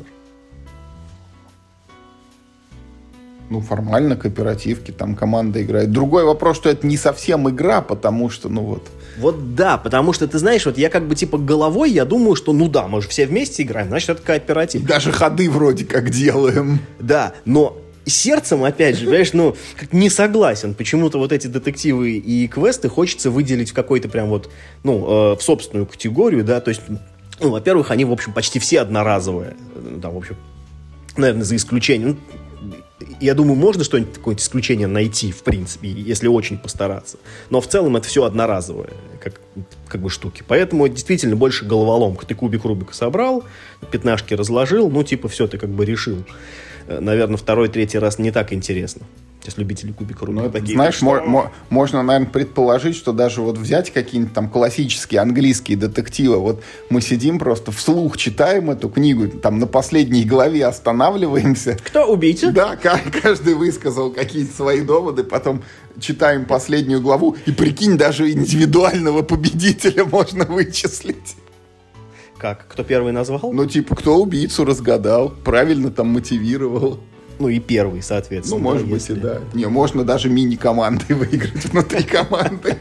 [SPEAKER 1] Формально кооперативки, там команда играет. Другой вопрос, что это не совсем игра, потому что,
[SPEAKER 2] потому что, ты знаешь, я как бы головой, я думаю, что, мы же все вместе играем, значит, это кооператив.
[SPEAKER 1] Даже ходы вроде как делаем.
[SPEAKER 2] Да, но сердцем, опять же, понимаешь, не согласен. Почему-то вот эти детективы и квесты хочется выделить в какой-то прям вот, в собственную категорию, да, то есть, во-первых, они, в общем, почти все одноразовые, там, в общем, наверное, за исключением. Я думаю, можно что-нибудь, какое-то исключение найти, в принципе, если очень постараться. Но в целом это все одноразовые, как бы штуки. Поэтому действительно больше головоломка. Ты кубик Рубика собрал, пятнашки разложил, все, ты как бы решил. Наверное, второй, третий раз не так интересно. Сейчас любители кубика Рубика такие.
[SPEAKER 1] Знаешь, можно, наверное, предположить, что даже вот взять какие-нибудь там классические английские детективы, вот мы сидим просто вслух читаем эту книгу, там на последней главе останавливаемся.
[SPEAKER 2] Кто убийца?
[SPEAKER 1] Да, каждый высказал какие-то свои доводы, потом читаем последнюю главу, и прикинь, даже индивидуального победителя можно вычислить.
[SPEAKER 2] Как? Кто первый назвал?
[SPEAKER 1] Кто убийцу разгадал, правильно там мотивировал.
[SPEAKER 2] И первый, соответственно.
[SPEAKER 1] Может быть, и да. Не, можно даже мини-командой выиграть внутри команды.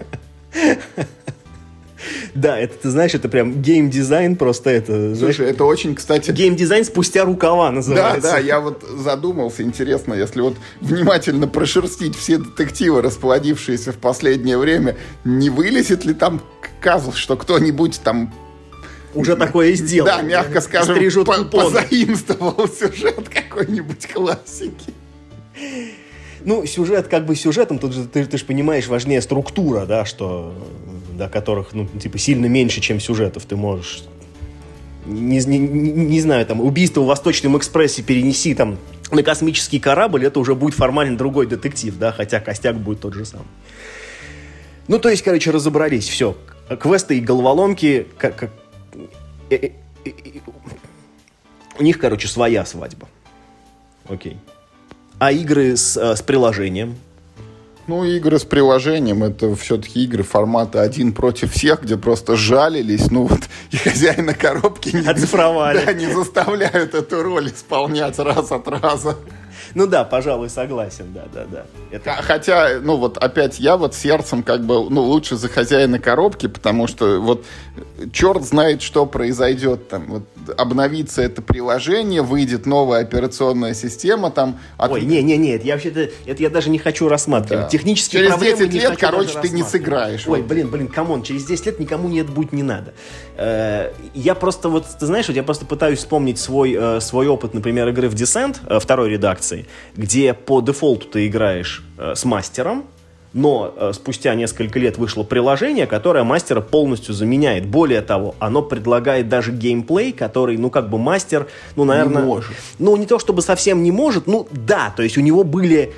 [SPEAKER 2] Да, это, ты знаешь, это прям геймдизайн просто это...
[SPEAKER 1] Слушай, это очень, кстати...
[SPEAKER 2] Геймдизайн спустя рукава называется.
[SPEAKER 1] Да, я вот задумался, интересно, если вот внимательно прошерстить все детективы, расплодившиеся в последнее время, не вылезет ли там казус, что кто-нибудь там...
[SPEAKER 2] Уже такое сделал.
[SPEAKER 1] Да, мягко скажем, позаимствовал сюжет какой-нибудь классики.
[SPEAKER 2] Сюжет как бы сюжетом, тут же, ты же понимаешь, важнее структура, да, которых, сильно меньше, чем сюжетов. Ты можешь, не знаю, там, убийство в Восточном экспрессе перенеси там на космический корабль, это уже будет формально другой детектив, да, хотя костяк будет тот же самый. То есть, разобрались, все. Квесты и головоломки, у них, своя свадьба. Окей. А игры с приложением?
[SPEAKER 1] Игры с приложением — это все-таки игры формата один против всех, где просто жалились, и хозяина коробки
[SPEAKER 2] оцифровали.
[SPEAKER 1] Не заставляют эту роль исполнять раз от раза.
[SPEAKER 2] Да, пожалуй, согласен, да.
[SPEAKER 1] Хотя, опять я сердцем лучше за хозяина коробки, потому что черт знает, что произойдет там. Обновится это приложение, выйдет новая операционная система там.
[SPEAKER 2] Ой, нет, я даже не хочу рассматривать.
[SPEAKER 1] Да.
[SPEAKER 2] Технические
[SPEAKER 1] через 10 лет, ты не сыграешь.
[SPEAKER 2] Ой, блин, камон, через 10 лет никому это будет не надо. Я просто, ты знаешь, я просто пытаюсь вспомнить свой опыт, например, игры в Descent второй редакции, где по дефолту ты играешь с мастером, но спустя несколько лет вышло приложение, которое мастера полностью заменяет. Более того, оно предлагает даже геймплей, который, мастер, наверное...
[SPEAKER 1] Не может.
[SPEAKER 2] Не то чтобы совсем не может, да, то есть у него были...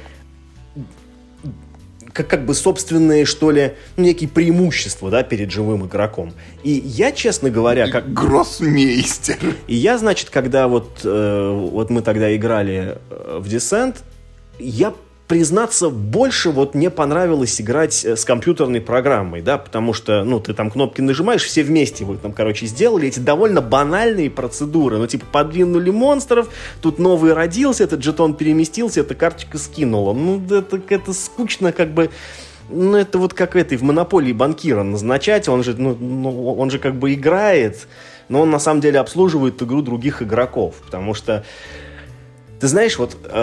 [SPEAKER 2] как бы собственные, что ли, некие преимущества, да, перед живым игроком. И я, честно говоря...
[SPEAKER 1] Гроссмейстер.
[SPEAKER 2] И я, значит, когда мы тогда играли в Descent, я, признаться, больше мне понравилось играть с компьютерной программой, да, потому что, ты там кнопки нажимаешь, все вместе вы там, сделали эти довольно банальные процедуры, подвинули монстров, тут новый родился, этот жетон переместился, эта карточка скинула. Это скучно, это как в «Монополии» банкира назначать, он же играет, но он на самом деле обслуживает игру других игроков, потому что, ты знаешь,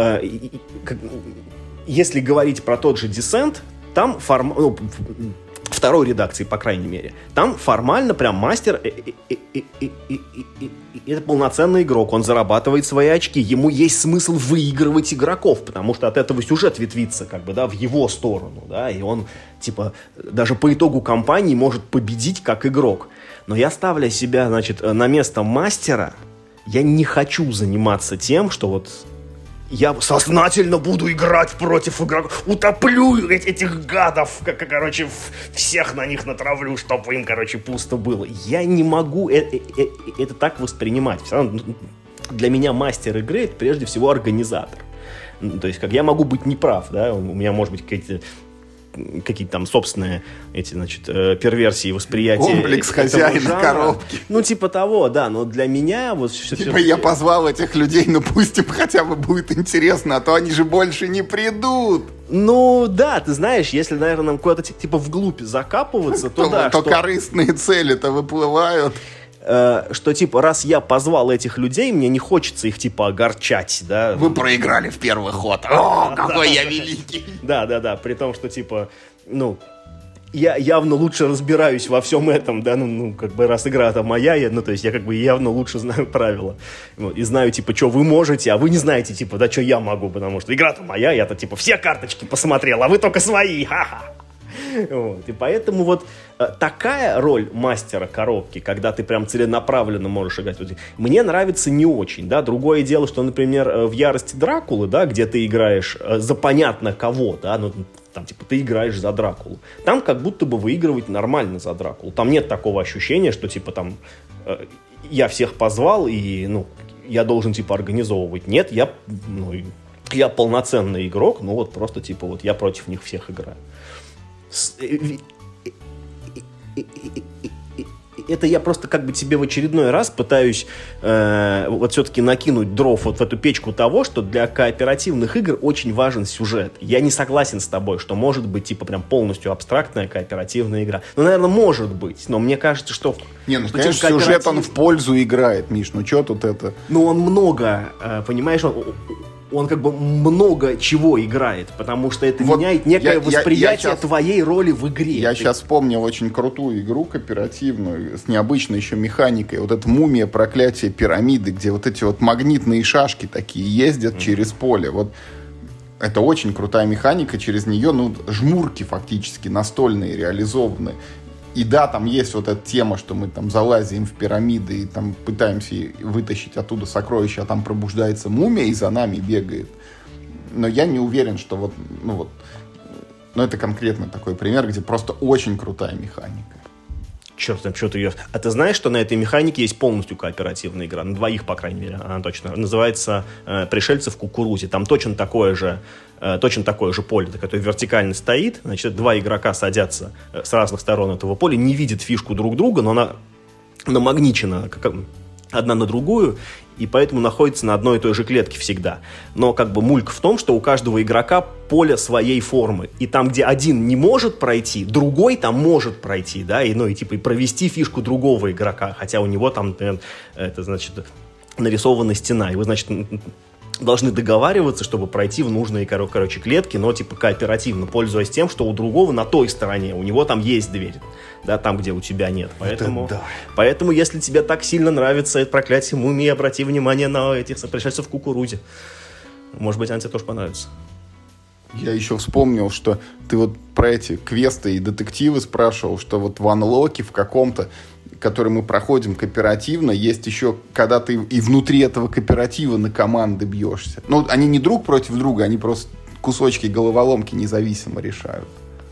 [SPEAKER 2] если говорить про тот же Descent, там второй редакции, по крайней мере, там формально прям мастер это полноценный игрок, он зарабатывает свои очки, ему есть смысл выигрывать игроков, потому что от этого сюжет ветвится в его сторону, да, и он даже по итогу кампании может победить как игрок. Но я, ставля себя, на место мастера, я не хочу заниматься тем, что я сознательно буду играть против игроков, утоплю этих гадов, всех на них натравлю, чтобы им, пусто было. Я не могу это так воспринимать. Все равно для меня мастер игры — это прежде всего организатор. То есть, я могу быть неправ, да, у меня, может быть, какие-то там собственные перверсии восприятия.
[SPEAKER 1] Комплекс хозяина коробки.
[SPEAKER 2] Того, да, но для меня
[SPEAKER 1] я позвал этих людей, пусть им хотя бы будет интересно, а то они же больше не придут.
[SPEAKER 2] Да, ты знаешь, если, наверное, нам куда-то вглубь закапываться, то да.
[SPEAKER 1] То корыстные цели-то выплывают.
[SPEAKER 2] что, типа, раз я позвал этих людей, мне не хочется их, типа, огорчать, да.
[SPEAKER 1] Вы проиграли в первый ход. О, какой я великий.
[SPEAKER 2] Да, при том, что, типа, ну, я явно лучше разбираюсь во всем этом, да, ну, как бы, раз игра-то моя, ну, то есть я, как бы, явно лучше знаю правила. Вот, и знаю, типа, что вы можете, а вы не знаете, типа, да, что я могу, потому что игра-то моя, я-то, типа, все карточки посмотрел, а вы только свои, ха-ха. Вот. И поэтому вот такая роль мастера коробки, когда ты прям целенаправленно можешь играть, мне нравится не очень, да. Другое дело, что, например, в «Ярости Дракулы», да, где ты играешь за понятно кого, да, ну, там, типа, ты играешь за Дракулу. Там как будто бы выигрывать нормально за Дракулу. Там нет такого ощущения, что, типа, там, я всех позвал и, ну, я должен, типа, организовывать. Нет, я полноценный игрок, ну, вот просто, типа, вот я против них всех играю. Это я просто как бы тебе в очередной раз пытаюсь вот все-таки накинуть дров вот в эту печку того, что для кооперативных игр очень важен сюжет. Я не согласен с тобой, что может быть типа прям полностью абстрактная кооперативная игра. Ну, наверное, может быть, но мне кажется, что...
[SPEAKER 1] Не, ну, конечно, сюжет он в пользу играет, Миш, ну что тут это...
[SPEAKER 2] Ну, он много, понимаешь, он как бы много чего играет, потому что это вот меняет некое восприятие твоей роли в игре.
[SPEAKER 1] Я сейчас вспомнил очень крутую игру кооперативную с необычной еще механикой. Вот эта «Мумия. Проклятие пирамиды», где вот эти вот магнитные шашки такие ездят через поле. Вот это очень крутая механика, через нее, ну, жмурки фактически настольные реализованы. И да, там есть вот эта тема, что мы там залазим в пирамиды и там пытаемся вытащить оттуда сокровища, а там пробуждается мумия и за нами бегает. Но я не уверен, что вот, ну, это конкретно такой пример, где просто очень крутая механика.
[SPEAKER 2] Черт, там что-то ее... А ты знаешь, что на этой механике есть полностью кооперативная игра? На двоих, по крайней мере, она точно. Называется «Пришельцы в кукурузе». Там точно такое же поле, которое вертикально стоит. Значит, два игрока садятся с разных сторон этого поля, не видят фишку друг друга, но она намагничена одна на другую, и поэтому находится на одной и той же клетке всегда. Но как бы мулька в том, что у каждого игрока поле своей формы. И там, где один не может пройти, другой там может пройти, да, и типа и провести фишку другого игрока, хотя у него там, например, это значит нарисована стена, и вы, значит, должны договариваться, чтобы пройти в нужные, клетки, но типа кооперативно, пользуясь тем, что у другого на той стороне, у него там есть дверь, да, там, где у тебя нет. Поэтому, если тебе так сильно нравится это «Проклятие мумии», обрати внимание на этих пришельцев в кукурузе. Может быть, они тебе тоже понравятся.
[SPEAKER 1] Я еще вспомнил, что ты вот про эти квесты и детективы спрашивал, что вот в анлоке в каком-то, который мы проходим кооперативно, есть еще, когда ты и внутри этого кооператива на команды бьешься. Ну, они не друг против друга, они просто кусочки головоломки независимо решают.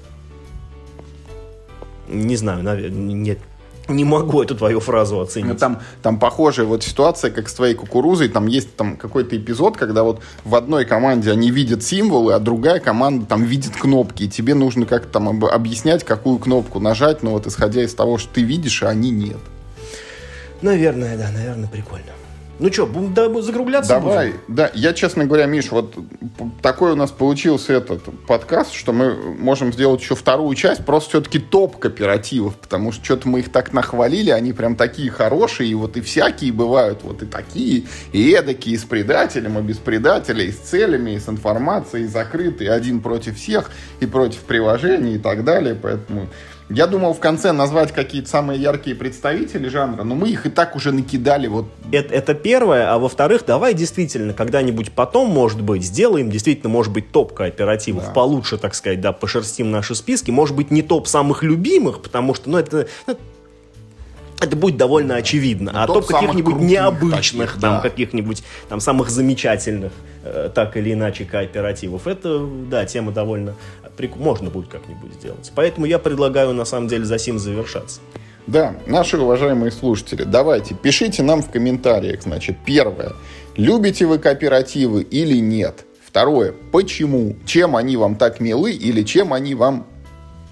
[SPEAKER 2] Не знаю, наверное, не могу эту твою фразу оценить.
[SPEAKER 1] Там похожая вот ситуация, как с твоей кукурузой. Там есть там какой-то эпизод, когда вот в одной команде они видят символы, а другая команда там видит кнопки. И тебе нужно как-то там объяснять, какую кнопку нажать, но вот исходя из того, что ты видишь, а они нет.
[SPEAKER 2] Наверное, прикольно. Ну что, будем закругляться?
[SPEAKER 1] Давай. Да, я, честно говоря, Миш, вот такой у нас получился этот подкаст, что мы можем сделать еще вторую часть, просто все-таки топ кооперативов, потому что что-то мы их так нахвалили, они прям такие хорошие, и вот и всякие бывают, вот и такие, и эдакие, и с предателем, и без предателя, и с целями, и с информацией, и закрытые, один против всех, и против приложений, и так далее, поэтому... Я думал в конце назвать какие-то самые яркие представители жанра, но мы их и так уже накидали. Вот.
[SPEAKER 2] Это первое, а во-вторых, давай действительно когда-нибудь потом, может быть, сделаем действительно, может быть, топ кооперативов, да. Получше, так сказать, да, пошерстим наши списки. Может быть, не топ самых любимых, потому что, это будет довольно очевидно. А топ каких-нибудь необычных, таких, там, каких-нибудь там самых замечательных, так или иначе, кооперативов. Это, да, тема довольно... Можно будет как-нибудь сделать. Поэтому я предлагаю, на самом деле, за сим завершаться.
[SPEAKER 1] Да, наши уважаемые слушатели, давайте, пишите нам в комментариях, значит, первое, любите вы кооперативы или нет? Второе, почему? Чем они вам так милы или чем они вам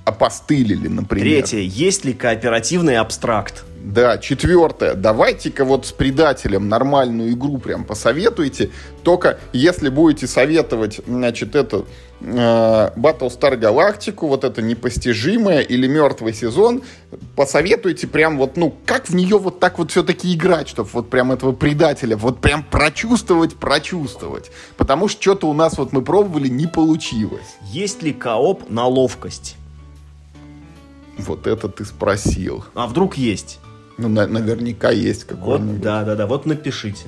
[SPEAKER 1] опостылили, например.
[SPEAKER 2] 3. Есть ли кооперативный абстракт?
[SPEAKER 1] Да, 4. Давайте-ка вот с предателем нормальную игру прям посоветуйте. Только если будете советовать, значит, эту Battlestar Galactica, вот это непостижимое или мертвый сезон, посоветуйте прям вот, ну, как в нее вот так вот все-таки играть, чтобы вот прям этого предателя вот прям прочувствовать. Потому что что-то у нас вот мы пробовали, не получилось.
[SPEAKER 2] Есть ли кооп на ловкость?
[SPEAKER 1] Вот это ты спросил.
[SPEAKER 2] А вдруг есть?
[SPEAKER 1] Ну, наверняка есть какой-нибудь.
[SPEAKER 2] Вот, да, вот напишите.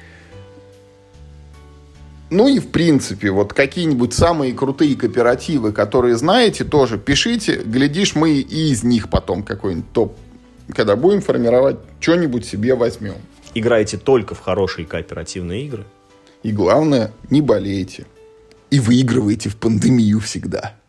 [SPEAKER 1] Ну и в принципе, вот какие-нибудь самые крутые кооперативы, которые знаете, тоже пишите. Глядишь, мы и из них потом какой-нибудь топ, когда будем формировать, что-нибудь себе возьмем.
[SPEAKER 2] Играйте только в хорошие кооперативные игры.
[SPEAKER 1] И главное, не болейте. И выигрывайте в пандемию всегда.